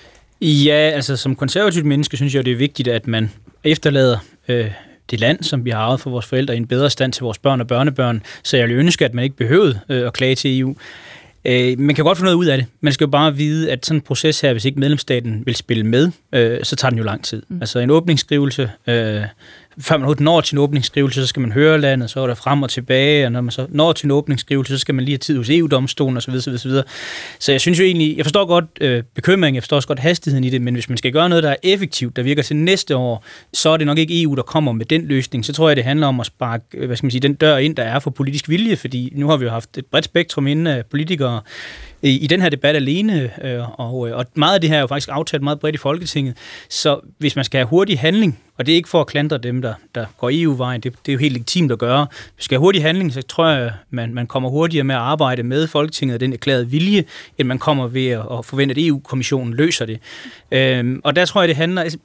Ja, altså som konservativt menneske, synes jeg, det er vigtigt, at man efterlader øh, det land, som vi har arvet for vores forældre, i en bedre stand til vores børn og børnebørn. Så jeg vil ønske, at man ikke behøvede øh, at klage til E U. Øh, man kan godt få noget ud af det. Man skal jo bare vide, at sådan en proces her, hvis ikke medlemsstaten vil spille med, øh, så tager den jo lang tid. Mm. Altså en åbningsskrivelse, øh, før man når til en åbningsskrivelse, så skal man høre landet, så er der frem og tilbage, og når man så når til en åbningsskrivelse, så skal man lige have tid hos E U-domstolen osv. osv., osv. Så jeg synes jo egentlig, jeg forstår godt øh, bekymringen, jeg forstår også godt hastigheden i det, men hvis man skal gøre noget, der er effektivt, der virker til næste år, så er det nok ikke E U, der kommer med den løsning. Så tror jeg, det handler om at sparke, hvad skal man sige, den dør ind, der er for politisk vilje, fordi nu har vi jo haft et bredt spektrum inden af politikere, i, i den her debat alene, øh, og, og meget af det her er jo faktisk aftalt meget bredt i Folketinget. Så hvis man skal have hurtig handling, og det er ikke for at klandre dem, der, der går E U-vejen, det, det er jo helt legitimt at gøre. Hvis man skal have hurtig handling, så tror jeg, man, man kommer hurtigere med at arbejde med Folketinget og den erklærede vilje, end man kommer ved at, at forvente, at E U-kommissionen løser det. Øhm, og der tror jeg, det handler... Altså,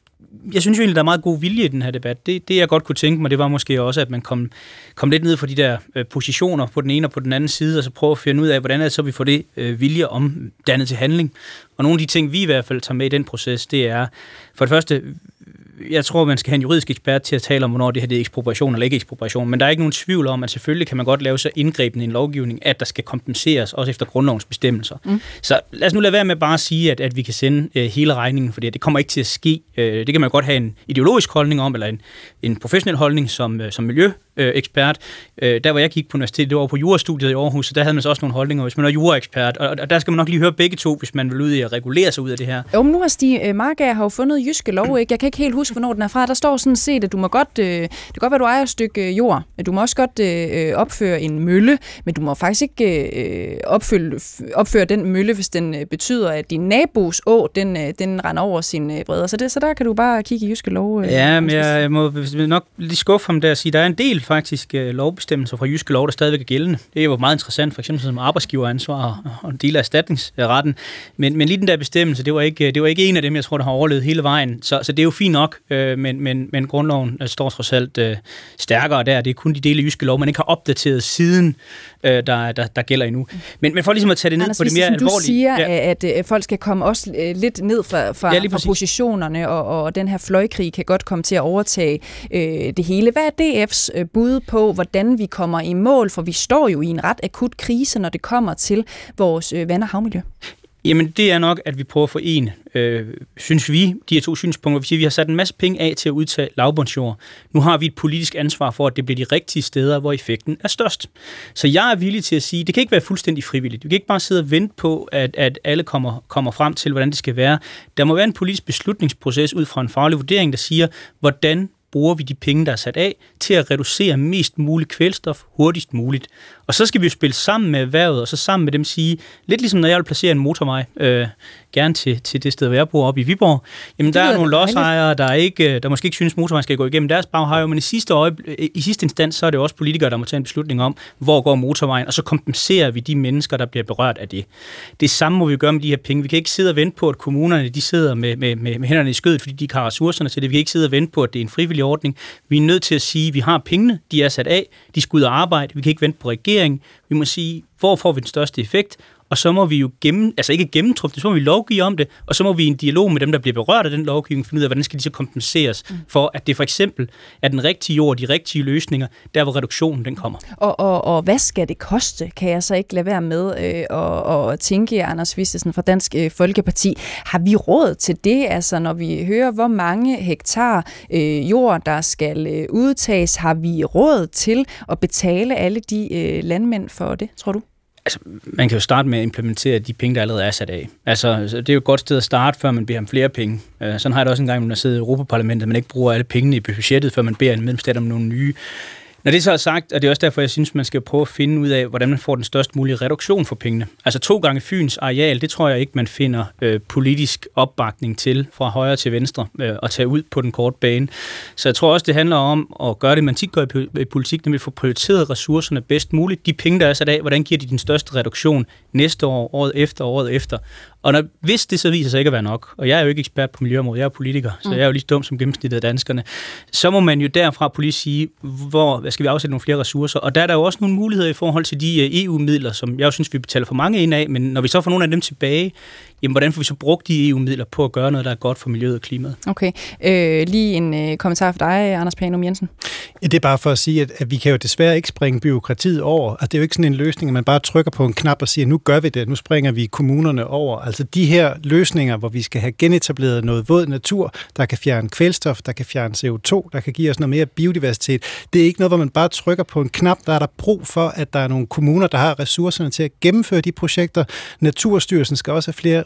jeg synes jo egentlig, der er meget god vilje i den her debat. Det, det jeg godt kunne tænke mig, det var måske også, at man kom, kom lidt ned for de der øh, positioner på den ene og på den anden side, og så prøve at finde ud af, hvordan er det så, vi får det øh, vilje omdannet til handling. Og nogle af de ting, vi i hvert fald tager med i den proces, det er for det første, jeg tror, man skal have en juridisk ekspert til at tale om, hvornår det her det er ekspropriation eller ikke ekspropriation, men der er ikke nogen tvivl om, at selvfølgelig kan man godt lave så indgrebende en lovgivning, at der skal kompenseres, også efter grundlovens bestemmelser. Mm. Så lad os nu lade være med bare at sige, at, at vi kan sende øh, hele regningen, for det kommer ikke til at ske. Øh, det kan man godt have en ideologisk holdning om, eller en, en professionel holdning som, øh, som miljøekspert. Øh, der, hvor jeg gik på universitetet, det var på jurastudiet i Aarhus, så der havde man så også nogle holdninger, hvis man er juraekspert, og, og der skal man nok lige høre begge to, hvis man vil ud i at regulere sig ud af det her. Jo, men nu har Stig Markager har jo fundet Jyske Lov, ikke? Jeg kan ikke helt huske, hvornår den er fra. Der står sådan set, at du må godt, øh, det kan godt være, du ejer et stykke jord, men du må også godt øh, opføre en mølle, men du må faktisk ikke øh, opføre, opføre den mølle, hvis den øh, betyder, at din nabos å, den, øh, den render over sine øh, bredder. Så, det, så der kan du bare kigge i Jyske Lov. Øh, ja, men jeg, jeg må nok lige skuffe ham der og sige, at der er en del faktisk øh, lovbestemmelser fra Jyske Lov, der stadigvæk er gældende. Det er jo meget interessant, for eksempel som arbejdsgiveransvar og en del af erstatningsretten. Men, men lige den der bestemmelse, det var, ikke, det var ikke en af dem, jeg tror, der har overlevet hele vejen. Så, så det er jo fint nok, øh, men, men, men grundloven står trods alt øh, stærkere der. Det er kun de dele af Jyske Lov, man ikke har opdateret siden, øh, der, der, der gælder endnu. Men, men for ligesom at tage det ned Anders, på det mere alvorlige... du siger, ja. at, at folk skal komme også lidt ned fra, fra, ja, fra positionerne, og, og den her fløjkrig kan godt komme til at overtage øh, det hele. Hvad er D F's øh, bud på, hvordan vi kommer i mål? For vi står jo i en ret akut krise, når det kommer til vores øh, vand- og havmiljø. Jamen, det er nok, at vi prøver at forene, øh, synes vi, de her to synspunkter. Vi siger, vi har sat en masse penge af til at udtage lavbundsjord. Nu har vi et politisk ansvar for, at det bliver de rigtige steder, hvor effekten er størst. Så jeg er villig til at sige, det kan ikke være fuldstændig frivilligt. Vi kan ikke bare sidde og vente på, at, at alle kommer, kommer frem til, hvordan det skal være. Der må være en politisk beslutningsproces ud fra en faglig vurdering, der siger, hvordan bruger vi de penge, der er sat af, til at reducere mest muligt kvælstof hurtigst muligt. Og så skal vi jo spille sammen med erhvervet, og så sammen med dem sige, lidt ligesom når jeg vil placere en motorvej, øh, gerne til, til det sted, hvor jeg bor oppe i Viborg, jamen der er nogle lodsejere, der, ikke, der måske ikke synes, motorvejen skal gå igennem deres baghave, men i sidste, øje, i sidste instans, så er det også politikere, der må tage en beslutning om, hvor går motorvejen, og så kompenserer vi de mennesker, der bliver berørt af det. Det samme må vi gøre med de her penge. Vi kan ikke sidde og vente på, at kommunerne de sidder med, med, med, med hænderne i skødet, fordi de ikke har ressourcerne til det. Vi kan ikke sidde og vente på, at det er en frivillig ordning. Vi er nødt til at sige, at vi har pengene, de er sat af, de skal ud og arbejde, vi kan ikke vente på regeringen. Vi må sige, hvor får vi den største effekt, og så må vi jo gennem, altså ikke gennemtrumfe det, så må vi lovgive om det, og så må vi i en dialog med dem, der bliver berørt af den lovgivning, finde ud af, hvordan skal de så kompenseres mm. for, at det for eksempel er den rigtige jord, de rigtige løsninger, der hvor reduktionen den kommer. Og, og, og hvad skal det koste, kan jeg så ikke lade være med øh, og, og tænke, Anders Vistisen fra Dansk øh, Folkeparti. Har vi råd til det, altså når vi hører, hvor mange hektar øh, jord, der skal øh, udtages, har vi råd til at betale alle de øh, landmænd for det, tror du? Altså, man kan jo starte med at implementere de penge, der allerede er sat af. Altså, det er jo et godt sted at starte, før man beder om flere penge. Sådan har jeg det også en gang, når man sidder i Europaparlamentet, at man ikke bruger alle pengene i budgettet, før man beder en medlemsstat om nogle nye. Når det så er sagt, og det er også derfor, jeg synes, man skal prøve at finde ud af, hvordan man får den størst mulige reduktion for pengene. Altså to gange Fyns areal, det tror jeg ikke, man finder øh, politisk opbakning til fra højre til venstre øh, at tage ud på den korte bane. Så jeg tror også, det handler om at gøre det, man tit gør i politik, nemlig at få prioriteret ressourcerne bedst muligt. De penge, der er sat af, hvordan giver de den største reduktion næste år, året efter, året efter. Og når, hvis det så viser sig ikke at være nok, og jeg er jo ikke ekspert på miljøområdet, jeg er politiker, så jeg er jo lige dum som gennemsnittet af danskerne, så må man jo derfra politisk sige, hvor hvad skal vi afsætte nogle flere ressourcer. Og der er der jo også nogle muligheder i forhold til de E U-midler, som jeg jo synes, vi betaler for mange ind af, men når vi så får nogle af dem tilbage, jamen hvordan får vi så brugt de E U-midler på at gøre noget, der er godt for miljøet og klimaet? Okay. Øh, lige en øh, kommentar for dig, Anders Panum Jensen. Ja, det er bare for at sige, at, at vi kan jo desværre ikke springe byråkratiet over. Altså, det er jo ikke sådan en løsning, at man bare trykker på en knap og siger, nu gør vi det, nu springer vi kommunerne over. Altså de her løsninger, hvor vi skal have genetableret noget våd natur, der kan fjerne kvælstof, der kan fjerne C O to, der kan give os noget mere biodiversitet. Det er ikke noget, hvor man bare trykker på en knap. Der er der brug for, at der er nogle kommuner, der har ressourcerne til at gennemføre de projekter. Naturstyrelsen skal også have flere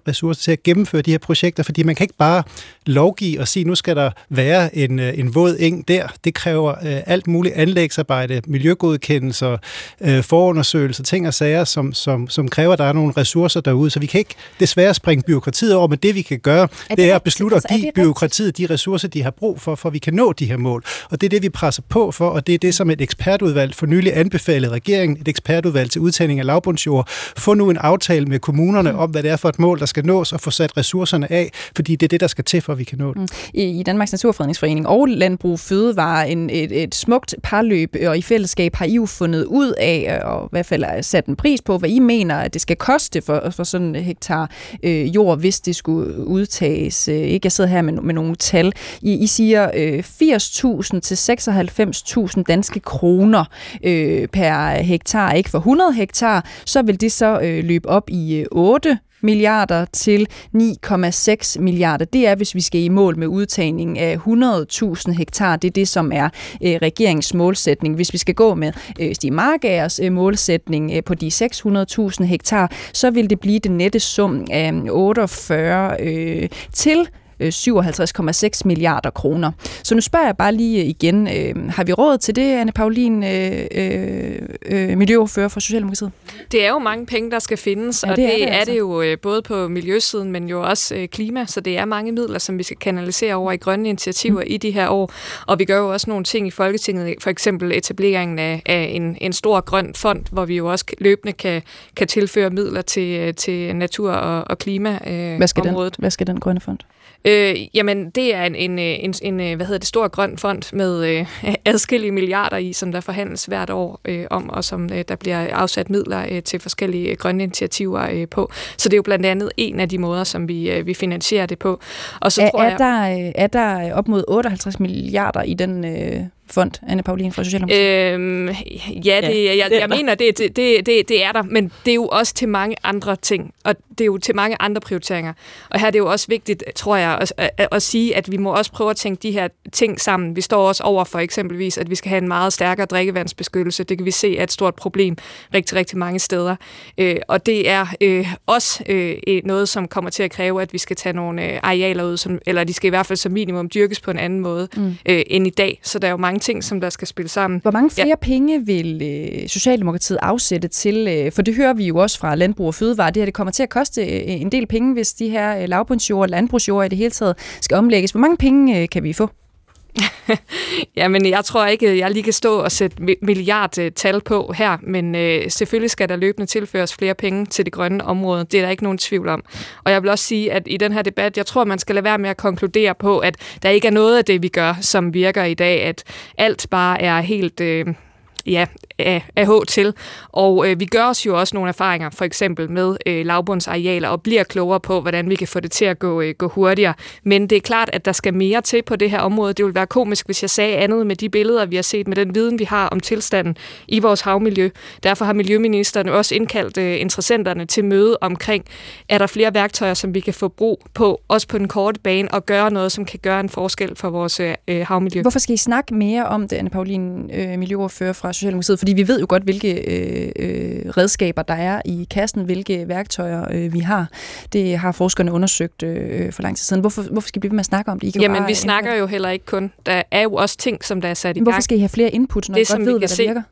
ressourcer til at gennemføre de her projekter, fordi man kan ikke bare lovgive og sige, nu skal der være en, en våd eng der. Det kræver øh, alt muligt anlægsarbejde, miljøgodkendelser, øh, forundersøgelser, ting og sager, som, som, som kræver, at der er nogle ressourcer derude. Så vi kan ikke desværre springe byråkratiet over, men det vi kan gøre, er det, det er at beslutte at give byråkratiet de ressourcer, de har brug for, for at vi kan nå de her mål. Og det er det, vi presser på for, og det er det, som et ekspertudvalg for nylig anbefalede regeringen, et ekspertudvalg til udtagning af lavbundsjord. Få nu en aftale med kommunerne mm. om, hvad det er for et mål, der skal nås, og få sat ressourcerne af, fordi det er det, der skal til, for at vi kan nå det. Mm. I Danmarks Naturfredningsforening og Landbrug Fødevare en, et, et smukt parløb, og i fællesskab har I jo fundet ud af, og i hvert fald sat en pris på, hvad I mener, at det skal koste for, for sådan en hektar øh, jord, hvis det skulle udtages. Øh, ikke? Jeg sidder her med, med nogle tal. I, I siger øh, firs tusind til seksoghalvfems tusind danske kroner øh, per hektar, ikke for hundrede hektar, så vil det så øh, løbe op i øh, otte milliarder til ni komma seks milliarder. Det er, hvis vi skal i mål med udtagning af hundrede tusind hektar. Det er det, som er øh, regeringens målsætning. Hvis vi skal gå med øh, Stig Markagers øh, målsætning øh, på de seks hundrede tusind hektar, så vil det blive den nette sum af otteogfyrre øh, til syvoghalvtreds komma seks milliarder kroner. Så nu spørger jeg bare lige igen, øh, har vi råd til det, Anne Paulin, øh, øh, miljøordfører for Socialdemokratiet? Det er jo mange penge, der skal findes, ja, og det, det er, det, altså. er det jo øh, både på miljøsiden, men jo også øh, klima, så det er mange midler, som vi skal kanalisere over i grønne initiativer mm. i de her år, og vi gør jo også nogle ting i Folketinget, for eksempel etableringen af, af en, en stor grøn fond, hvor vi jo også løbende kan, kan tilføre midler til, til natur- og, og klimaområdet. Øh, Hvad skal den, hvad skal den grønne fond? Øh, jamen, det er en, en, en, en hvad hedder det, stor grøn fond med øh, adskillige milliarder i, som der forhandles hvert år øh, om, og som øh, der bliver afsat midler øh, til forskellige øh, grønne initiativer øh, på. Så det er jo blandt andet en af de måder, som vi, øh, vi finansierer det på. Og så er, tror er, jeg, der, er der op mod otteoghalvtreds milliarder i den øh, fond, Anne Paulin fra Socialdemokratiet? Øhm, ja, det, jeg, jeg, jeg mener, det, det, det, det er der, men det er jo også til mange andre ting, og det er jo til mange andre prioriteringer. Og her er det jo også vigtigt, tror jeg, at, at, at sige, at vi må også prøve at tænke de her ting sammen. Vi står også over for eksempelvis, at vi skal have en meget stærkere drikkevandsbeskyttelse. Det kan vi se er et stort problem rigtig, rigtig mange steder. Øh, og det er øh, også øh, noget, som kommer til at kræve, at vi skal tage nogle øh, arealer ud, som, eller de skal i hvert fald som minimum dyrkes på en anden måde mm. øh, end i dag. Så der er jo mange ting, som der skal spille sammen. Hvor mange flere ja. penge vil øh, Socialdemokratiet afsætte til, øh, for det hører vi jo også fra Landbrug og Fødevare, det her det kommer til at koste øh, en del penge, hvis de her øh, lavbundsjord, landbrugsjord i det hele taget skal omlægges. Hvor mange penge øh, kan vi få? Jamen, jeg tror ikke, jeg lige kan stå og sætte milliardtal på her, men øh, selvfølgelig skal der løbende tilføres flere penge til det grønne område. Det er der ikke nogen tvivl om. Og jeg vil også sige, at i den her debat, jeg tror, man skal lade være med at konkludere på, at der ikke er noget af det, vi gør, som virker i dag, at alt bare er helt... Øh, ja, af, af H til. Og øh, vi gør os jo også nogle erfaringer, for eksempel med øh, lavbundsarealer, og bliver klogere på, hvordan vi kan få det til at gå, øh, gå hurtigere. Men det er klart, at der skal mere til på det her område. Det ville være komisk, hvis jeg sagde andet med de billeder, vi har set, med den viden, vi har om tilstanden i vores havmiljø. Derfor har miljøministeren også indkaldt øh, interessenterne til møde omkring, er der flere værktøjer, som vi kan få brug på, også på den korte bane, og gøre noget, som kan gøre en forskel for vores øh, havmiljø. Hvorfor skal I snakke mere om det, Anne Paulin, øh, miljøordfører fra Socialdemokratiet? Fordi vi ved jo godt, hvilke øh, øh, redskaber der er i kassen, hvilke værktøjer øh, vi har. Det har forskerne undersøgt øh, for lang tid siden. Hvorfor, hvorfor skal vi blive ved med at snakke om det? Jamen, vi snakker input. jo heller ikke kun. Der er jo også ting, som der er sat i gang. Hvorfor skal I have flere input, når I godt ved, hvad der virker?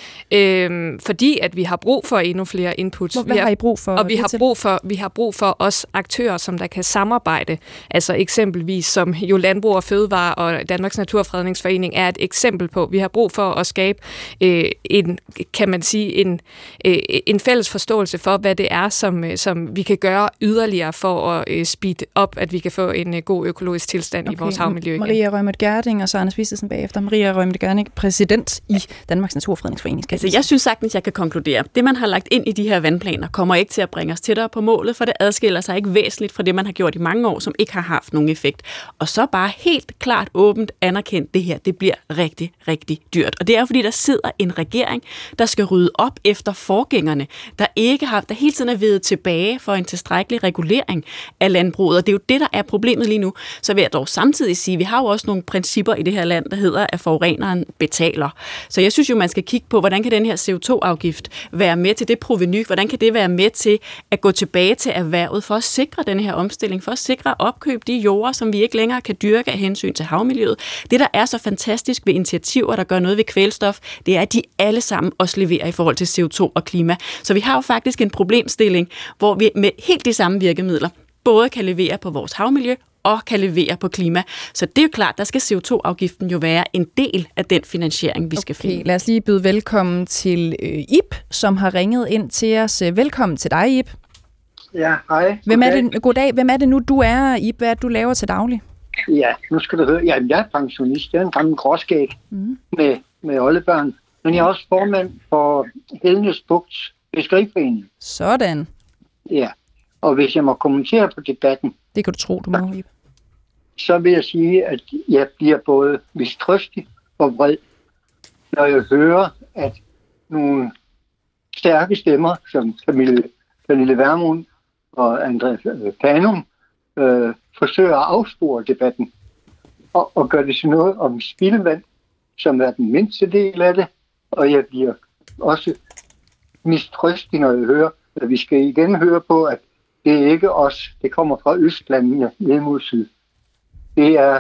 Øhm, fordi at vi har brug for endnu flere inputs. Hvad har I brug for? Og vi har brug for, vi har brug for også aktører, som der kan samarbejde. Altså eksempelvis som jo Landbrug og Fødevare og Danmarks Naturfredningsforening er et eksempel på. Vi har brug for at skabe øh, en, kan man sige, en, øh, en fælles forståelse for, hvad det er, som, som vi kan gøre yderligere for at øh, speede op, at vi kan få en øh, god økologisk tilstand okay. i vores havmiljø igen. Maria Rømert Gerding og så Anders Vistesen bagefter. Maria Rømert Gerding, præsident i Danmarks Naturfredningsforening. Altså, jeg synes sagtens, jeg kan konkludere. Det, man har lagt ind i de her vandplaner, kommer ikke til at bringe os tættere på målet, for det adskiller sig ikke væsentligt fra det, man har gjort i mange år, som ikke har haft nogen effekt. Og så bare helt klart åbent anerkendt, det her, det bliver rigtig, rigtig dyrt. Og det er fordi, der sidder en regering, der skal rydde op efter forgængerne, der ikke har, der hele tiden er vedet tilbage for en tilstrækkelig regulering af landbruget. Og det er jo det, der er problemet lige nu. Så vil jeg dog samtidig sige, at vi har jo også nogle principper i det her land, der hedder, at forureneren betaler. Så jeg synes jo, man skal kigge på, hvordan kan kan den her C O to afgift være med til det proveny? Hvordan kan det være med til at gå tilbage til erhvervet for at sikre den her omstilling, for at sikre opkøb de jorder, som vi ikke længere kan dyrke af hensyn til havmiljøet? Det, der er så fantastisk ved initiativer, der gør noget ved kvælstof, det er, at de alle sammen også leverer i forhold til C O to og klima. Så vi har jo faktisk en problemstilling, hvor vi med helt de samme virkemidler både kan levere på vores havmiljø og kan levere på klima. Så det er jo klart, der skal C O to afgiften jo være en del af den finansiering, vi skal okay, finde. Lad os lige byde velkommen til øh, Ib, som har ringet ind til os. Velkommen til dig, Ib. Ja, hej. Hvem er det, goddag. Hvem er det nu, du er, Ib? Hvad er det, du laver til daglig? Ja, nu skal du høre. Ja, jeg er pensionist. Jeg er en gammel gråskæg mm. med, med oldebørn. Men jeg er også formand for Hellenes Bugts Fiskeriforening. Sådan. Ja, og hvis jeg må kommentere på debatten... Det kan du tro, du må, Ib. Så vil jeg sige, at jeg bliver både mistrøstig og vred, når jeg hører, at nogle stærke stemmer, som Camille, Camille Vermund og Andreas Panum, øh, forsøger at afspore debatten og, og gøre det til noget om spildevand, som er den mindste del af det, og jeg bliver også mistrøstig, når jeg hører, at vi skal igen høre på, at det er ikke os, det kommer fra Østlandene ned mod syd. Det er,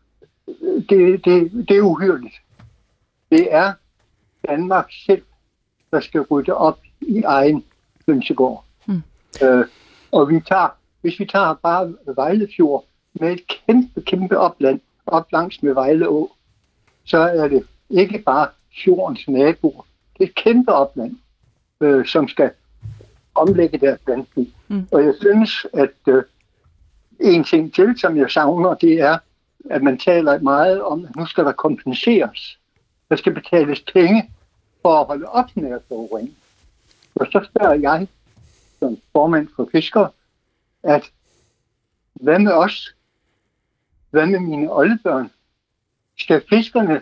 det, det, det er uhyrligt. Det er Danmark selv, der skal rydde op i egen hønsegård. Mm. Øh, og vi tager, hvis vi tager bare Vejlefjord med et kæmpe, kæmpe opland, op langs med Vejleå, så er det ikke bare fjordens naboer. Det er et kæmpe opland, øh, som skal omlægge deres landbrug. Mm. Og jeg synes, at øh, en ting til, som jeg savner, det er, at man taler meget om, at nu skal der kompenseres. Der skal betales penge for at holde op med at forurening. Og så spørger jeg, som formand for fiskere, at hvad med os? Hvad med mine oldebørn? Skal fiskerne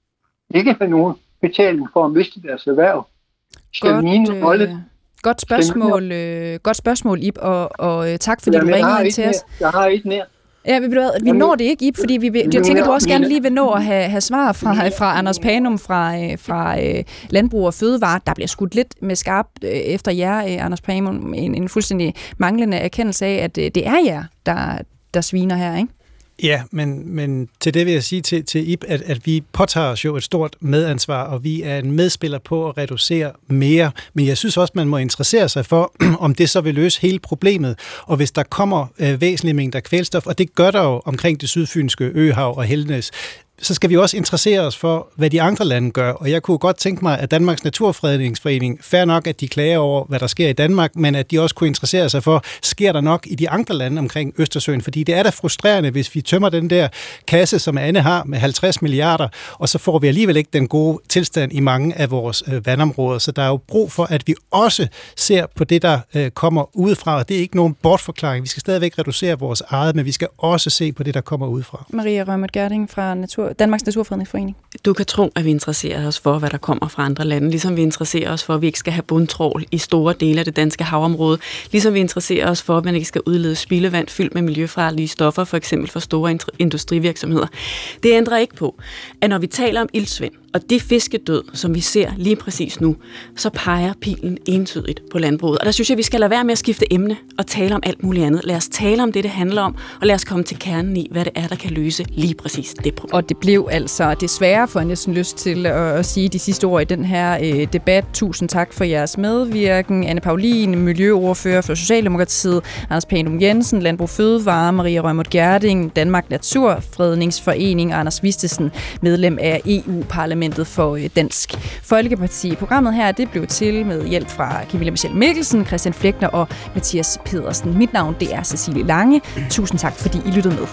ikke have nogen betaling for at miste deres erhverv? Skal Godt, mine olde... Godt spørgsmål, øh, godt spørgsmål, Ib, og, og øh, tak fordi Jamen, du ringede ind til os. Jeg har et mere. Ja, vi, vi når det ikke, Ib, fordi vi, jeg tænker, du også gerne lige vil nå at have, have svar fra, fra Anders Panum fra, fra øh, Landbrug og Fødevare. Der bliver skudt lidt med skarp øh, efter jer, øh, Anders Panum, en, en fuldstændig manglende erkendelse af, at øh, det er jer, der, der sviner her, ikke? Ja, men, men til det vil jeg sige til, til Ib, at, at vi påtager os jo et stort medansvar, og vi er en medspiller på at reducere mere. Men jeg synes også, man må interessere sig for, om det så vil løse hele problemet. Og hvis der kommer øh, væsentlige mængder kvælstof, og det gør der jo omkring det sydfynske øhav og Hellenes, så skal vi også interessere os for, hvad de andre lande gør. Og jeg kunne godt tænke mig, at Danmarks Naturfredningsforening, fair nok, at de klager over, hvad der sker i Danmark, men at de også kunne interessere sig for, sker der nok i de andre lande omkring Østersøen? Fordi det er da frustrerende, hvis vi tømmer den der kasse, som Anne har, med halvtreds milliarder, og så får vi alligevel ikke den gode tilstand i mange af vores øh, vandområder. Så der er jo brug for, at vi også ser på det, der øh, kommer udefra. Og det er ikke nogen bortforklaring. Vi skal stadigvæk reducere vores eget, men vi skal også se på det, der kommer udefra. Maria Rømert Gerding fra Natur Danmarks Naturfredningsforening. Du kan tro, at vi interesserer os for, hvad der kommer fra andre lande, ligesom vi interesserer os for, at vi ikke skal have bundtrål i store dele af det danske havområde, ligesom vi interesserer os for, at man ikke skal udlede spildevand fyldt med miljøfarlige stoffer, for eksempel for store industrivirksomheder. Det ændrer ikke på, at når vi taler om iltsvind, og det fiskedød, som vi ser lige præcis nu, så peger pilen entydigt på landbruget. Og der synes jeg, vi skal lade være med at skifte emne og tale om alt muligt andet. Lad os tale om det, det handler om, og lad os komme til kernen i, hvad det er, der kan løse lige præcis det problem. Og det blev altså desværre, for jeg næsten lyst til at, at sige de sidste ord i den her øh, debat. Tusind tak for jeres medvirken. Anne Paulin, miljøordfører for Socialdemokratiet, Anders Panum Jensen, Landbrug Fødevare, Maria Rømert Gerding, Danmark Naturfredningsforening, Anders Vistesen, medlem af E U-parlamentet for Dansk Folkeparti. Programmet her, det blev til med hjælp fra Camilla Michelle Mikkelsen, Christian Fleckner og Mathias Pedersen. Mit navn, det er Cecilie Lange. Tusind tak, fordi I lyttede med.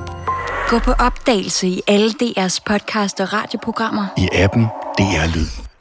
Gå på opdagelse i alle D R's podcast og radioprogrammer. I appen D R Lyd.